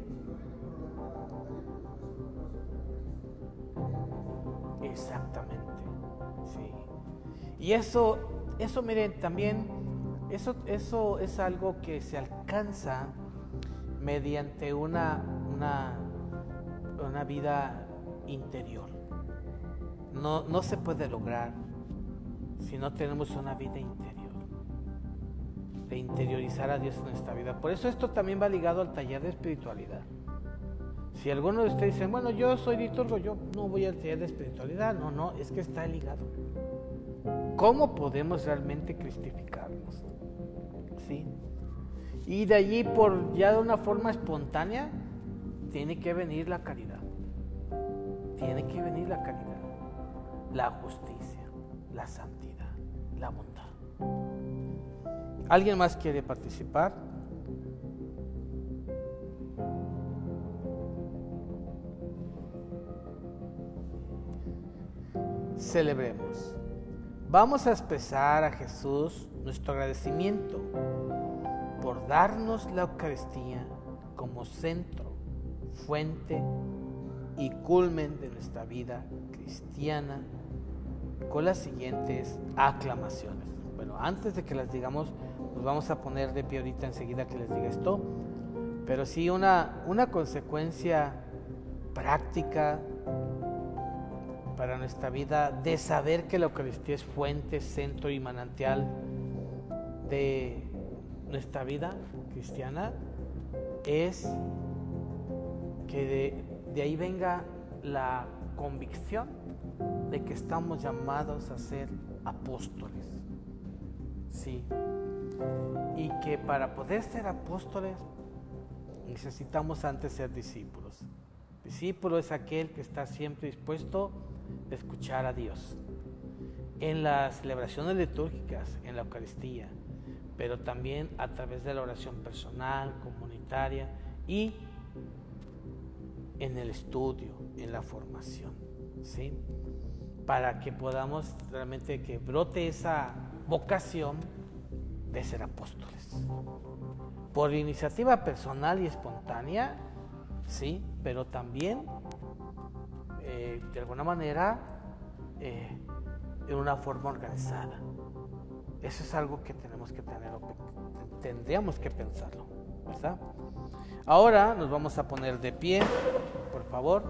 Exactamente, sí. Y eso, eso miren, también, eso, eso es algo que se alcanza mediante una, una, una vida interior. No, no se puede lograr si no tenemos una vida interior, de interiorizar a Dios en nuestra vida. Por eso esto también va ligado al taller de espiritualidad. Si alguno de ustedes dicen, bueno, yo soy liturgo, yo no voy al taller de espiritualidad. No, no, es que está ligado. ¿Cómo podemos realmente cristificarnos? ¿Sí? Y de allí, por ya de una forma espontánea, tiene que venir la caridad. Tiene que venir la caridad, la justicia, la santidad, la bondad. ¿Alguien más quiere participar? Celebremos. Vamos a expresar a Jesús nuestro agradecimiento por darnos la Eucaristía como centro, fuente y culmen de nuestra vida cristiana, con las siguientes aclamaciones. Bueno, antes de que las digamos, nos vamos a poner de pie ahorita enseguida que les diga esto, pero sí una, una consecuencia práctica para nuestra vida de saber que la Eucaristía es fuente, centro y manantial de nuestra vida cristiana, es que de, de ahí venga la convicción de que estamos llamados a ser apóstoles. Sí. Y que para poder ser apóstoles necesitamos antes ser discípulos. Discípulo es aquel que está siempre dispuesto a escuchar a Dios en las celebraciones litúrgicas, en la Eucaristía, pero también a través de la oración personal, comunitaria y en el estudio, en la formación, ¿sí? Para que podamos realmente que brote esa vocación de ser apóstoles. Por iniciativa personal y espontánea, sí, pero también eh, de alguna manera eh, en una forma organizada. Eso es algo que tenemos que tener, tendríamos que pensarlo, ¿verdad? Ahora nos vamos a poner de pie, por favor.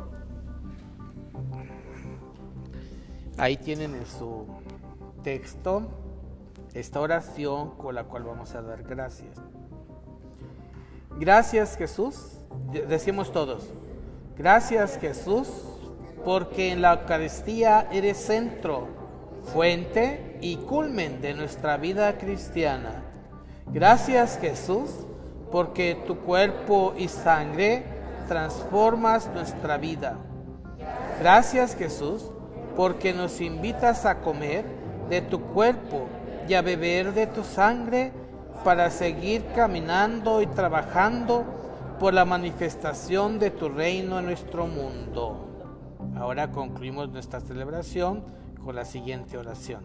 Ahí tienen en su texto esta oración con la cual vamos a dar gracias. Gracias, Jesús. Decimos todos, gracias, Jesús, porque en la Eucaristía eres centro, fuente y culmen de nuestra vida cristiana. Gracias, Jesús, porque tu cuerpo y sangre transformas nuestra vida. Gracias, Jesús, porque nos invitas a comer de tu cuerpo y a beber de tu sangre para seguir caminando y trabajando por la manifestación de tu reino en nuestro mundo. Ahora concluimos nuestra celebración con la siguiente oración.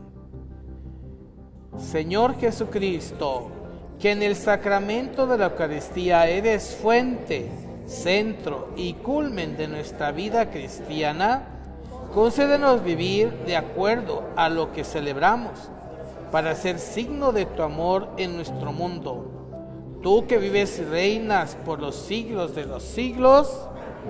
Señor Jesucristo, que en el sacramento de la Eucaristía eres fuente, centro y culmen de nuestra vida cristiana, concédenos vivir de acuerdo a lo que celebramos, para ser signo de tu amor en nuestro mundo. Tú que vives y reinas por los siglos de los siglos,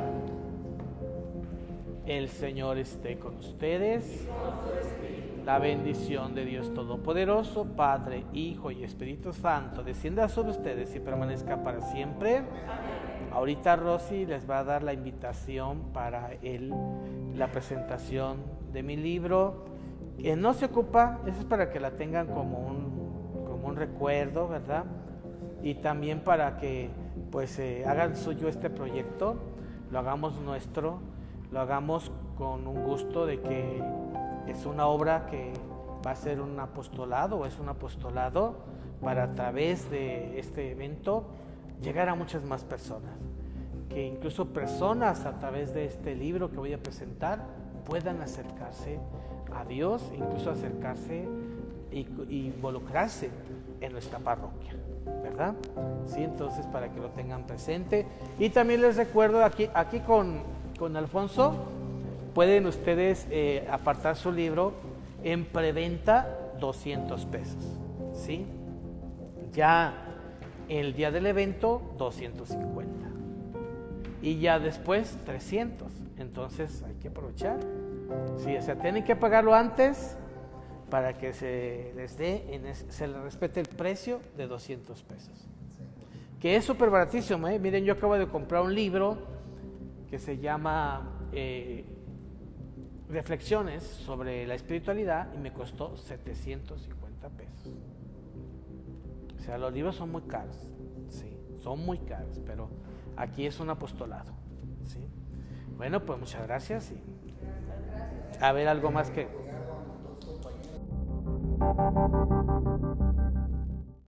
el Señor esté con ustedes. La bendición de Dios Todopoderoso, Padre, Hijo y Espíritu Santo, descienda sobre ustedes y permanezca para siempre. Ahorita Rosy les va a dar la invitación para el, la presentación de mi libro. Que no se ocupa, eso es para que la tengan como un, como un recuerdo, ¿verdad? Y también para que pues eh, hagan suyo este proyecto, lo hagamos nuestro, lo hagamos con un gusto de que es una obra que va a ser un apostolado, o es un apostolado para a través de este evento llegar a muchas más personas. que incluso personas a través de este libro que voy a presentar puedan acercarse a Dios, incluso acercarse y, y involucrarse en nuestra parroquia, ¿verdad? Sí, entonces para que lo tengan presente. Y también les recuerdo aquí, aquí con, con Alfonso, pueden ustedes eh, apartar su libro en preventa doscientos pesos, ¿sí? Ya el día del evento doscientos cincuenta y ya después trescientos. Entonces hay que aprovechar. Sí, o sea, tienen que pagarlo antes para que se les dé, en es, se les respete el precio de doscientos pesos. Que es súper baratísimo, ¿eh? Miren, yo acabo de comprar un libro que se llama eh, Reflexiones sobre la espiritualidad y me costó setecientos cincuenta pesos. O sea, los libros son muy caros, sí, son muy caros, pero aquí es un apostolado, ¿sí? Bueno, pues muchas gracias y a ver algo más que...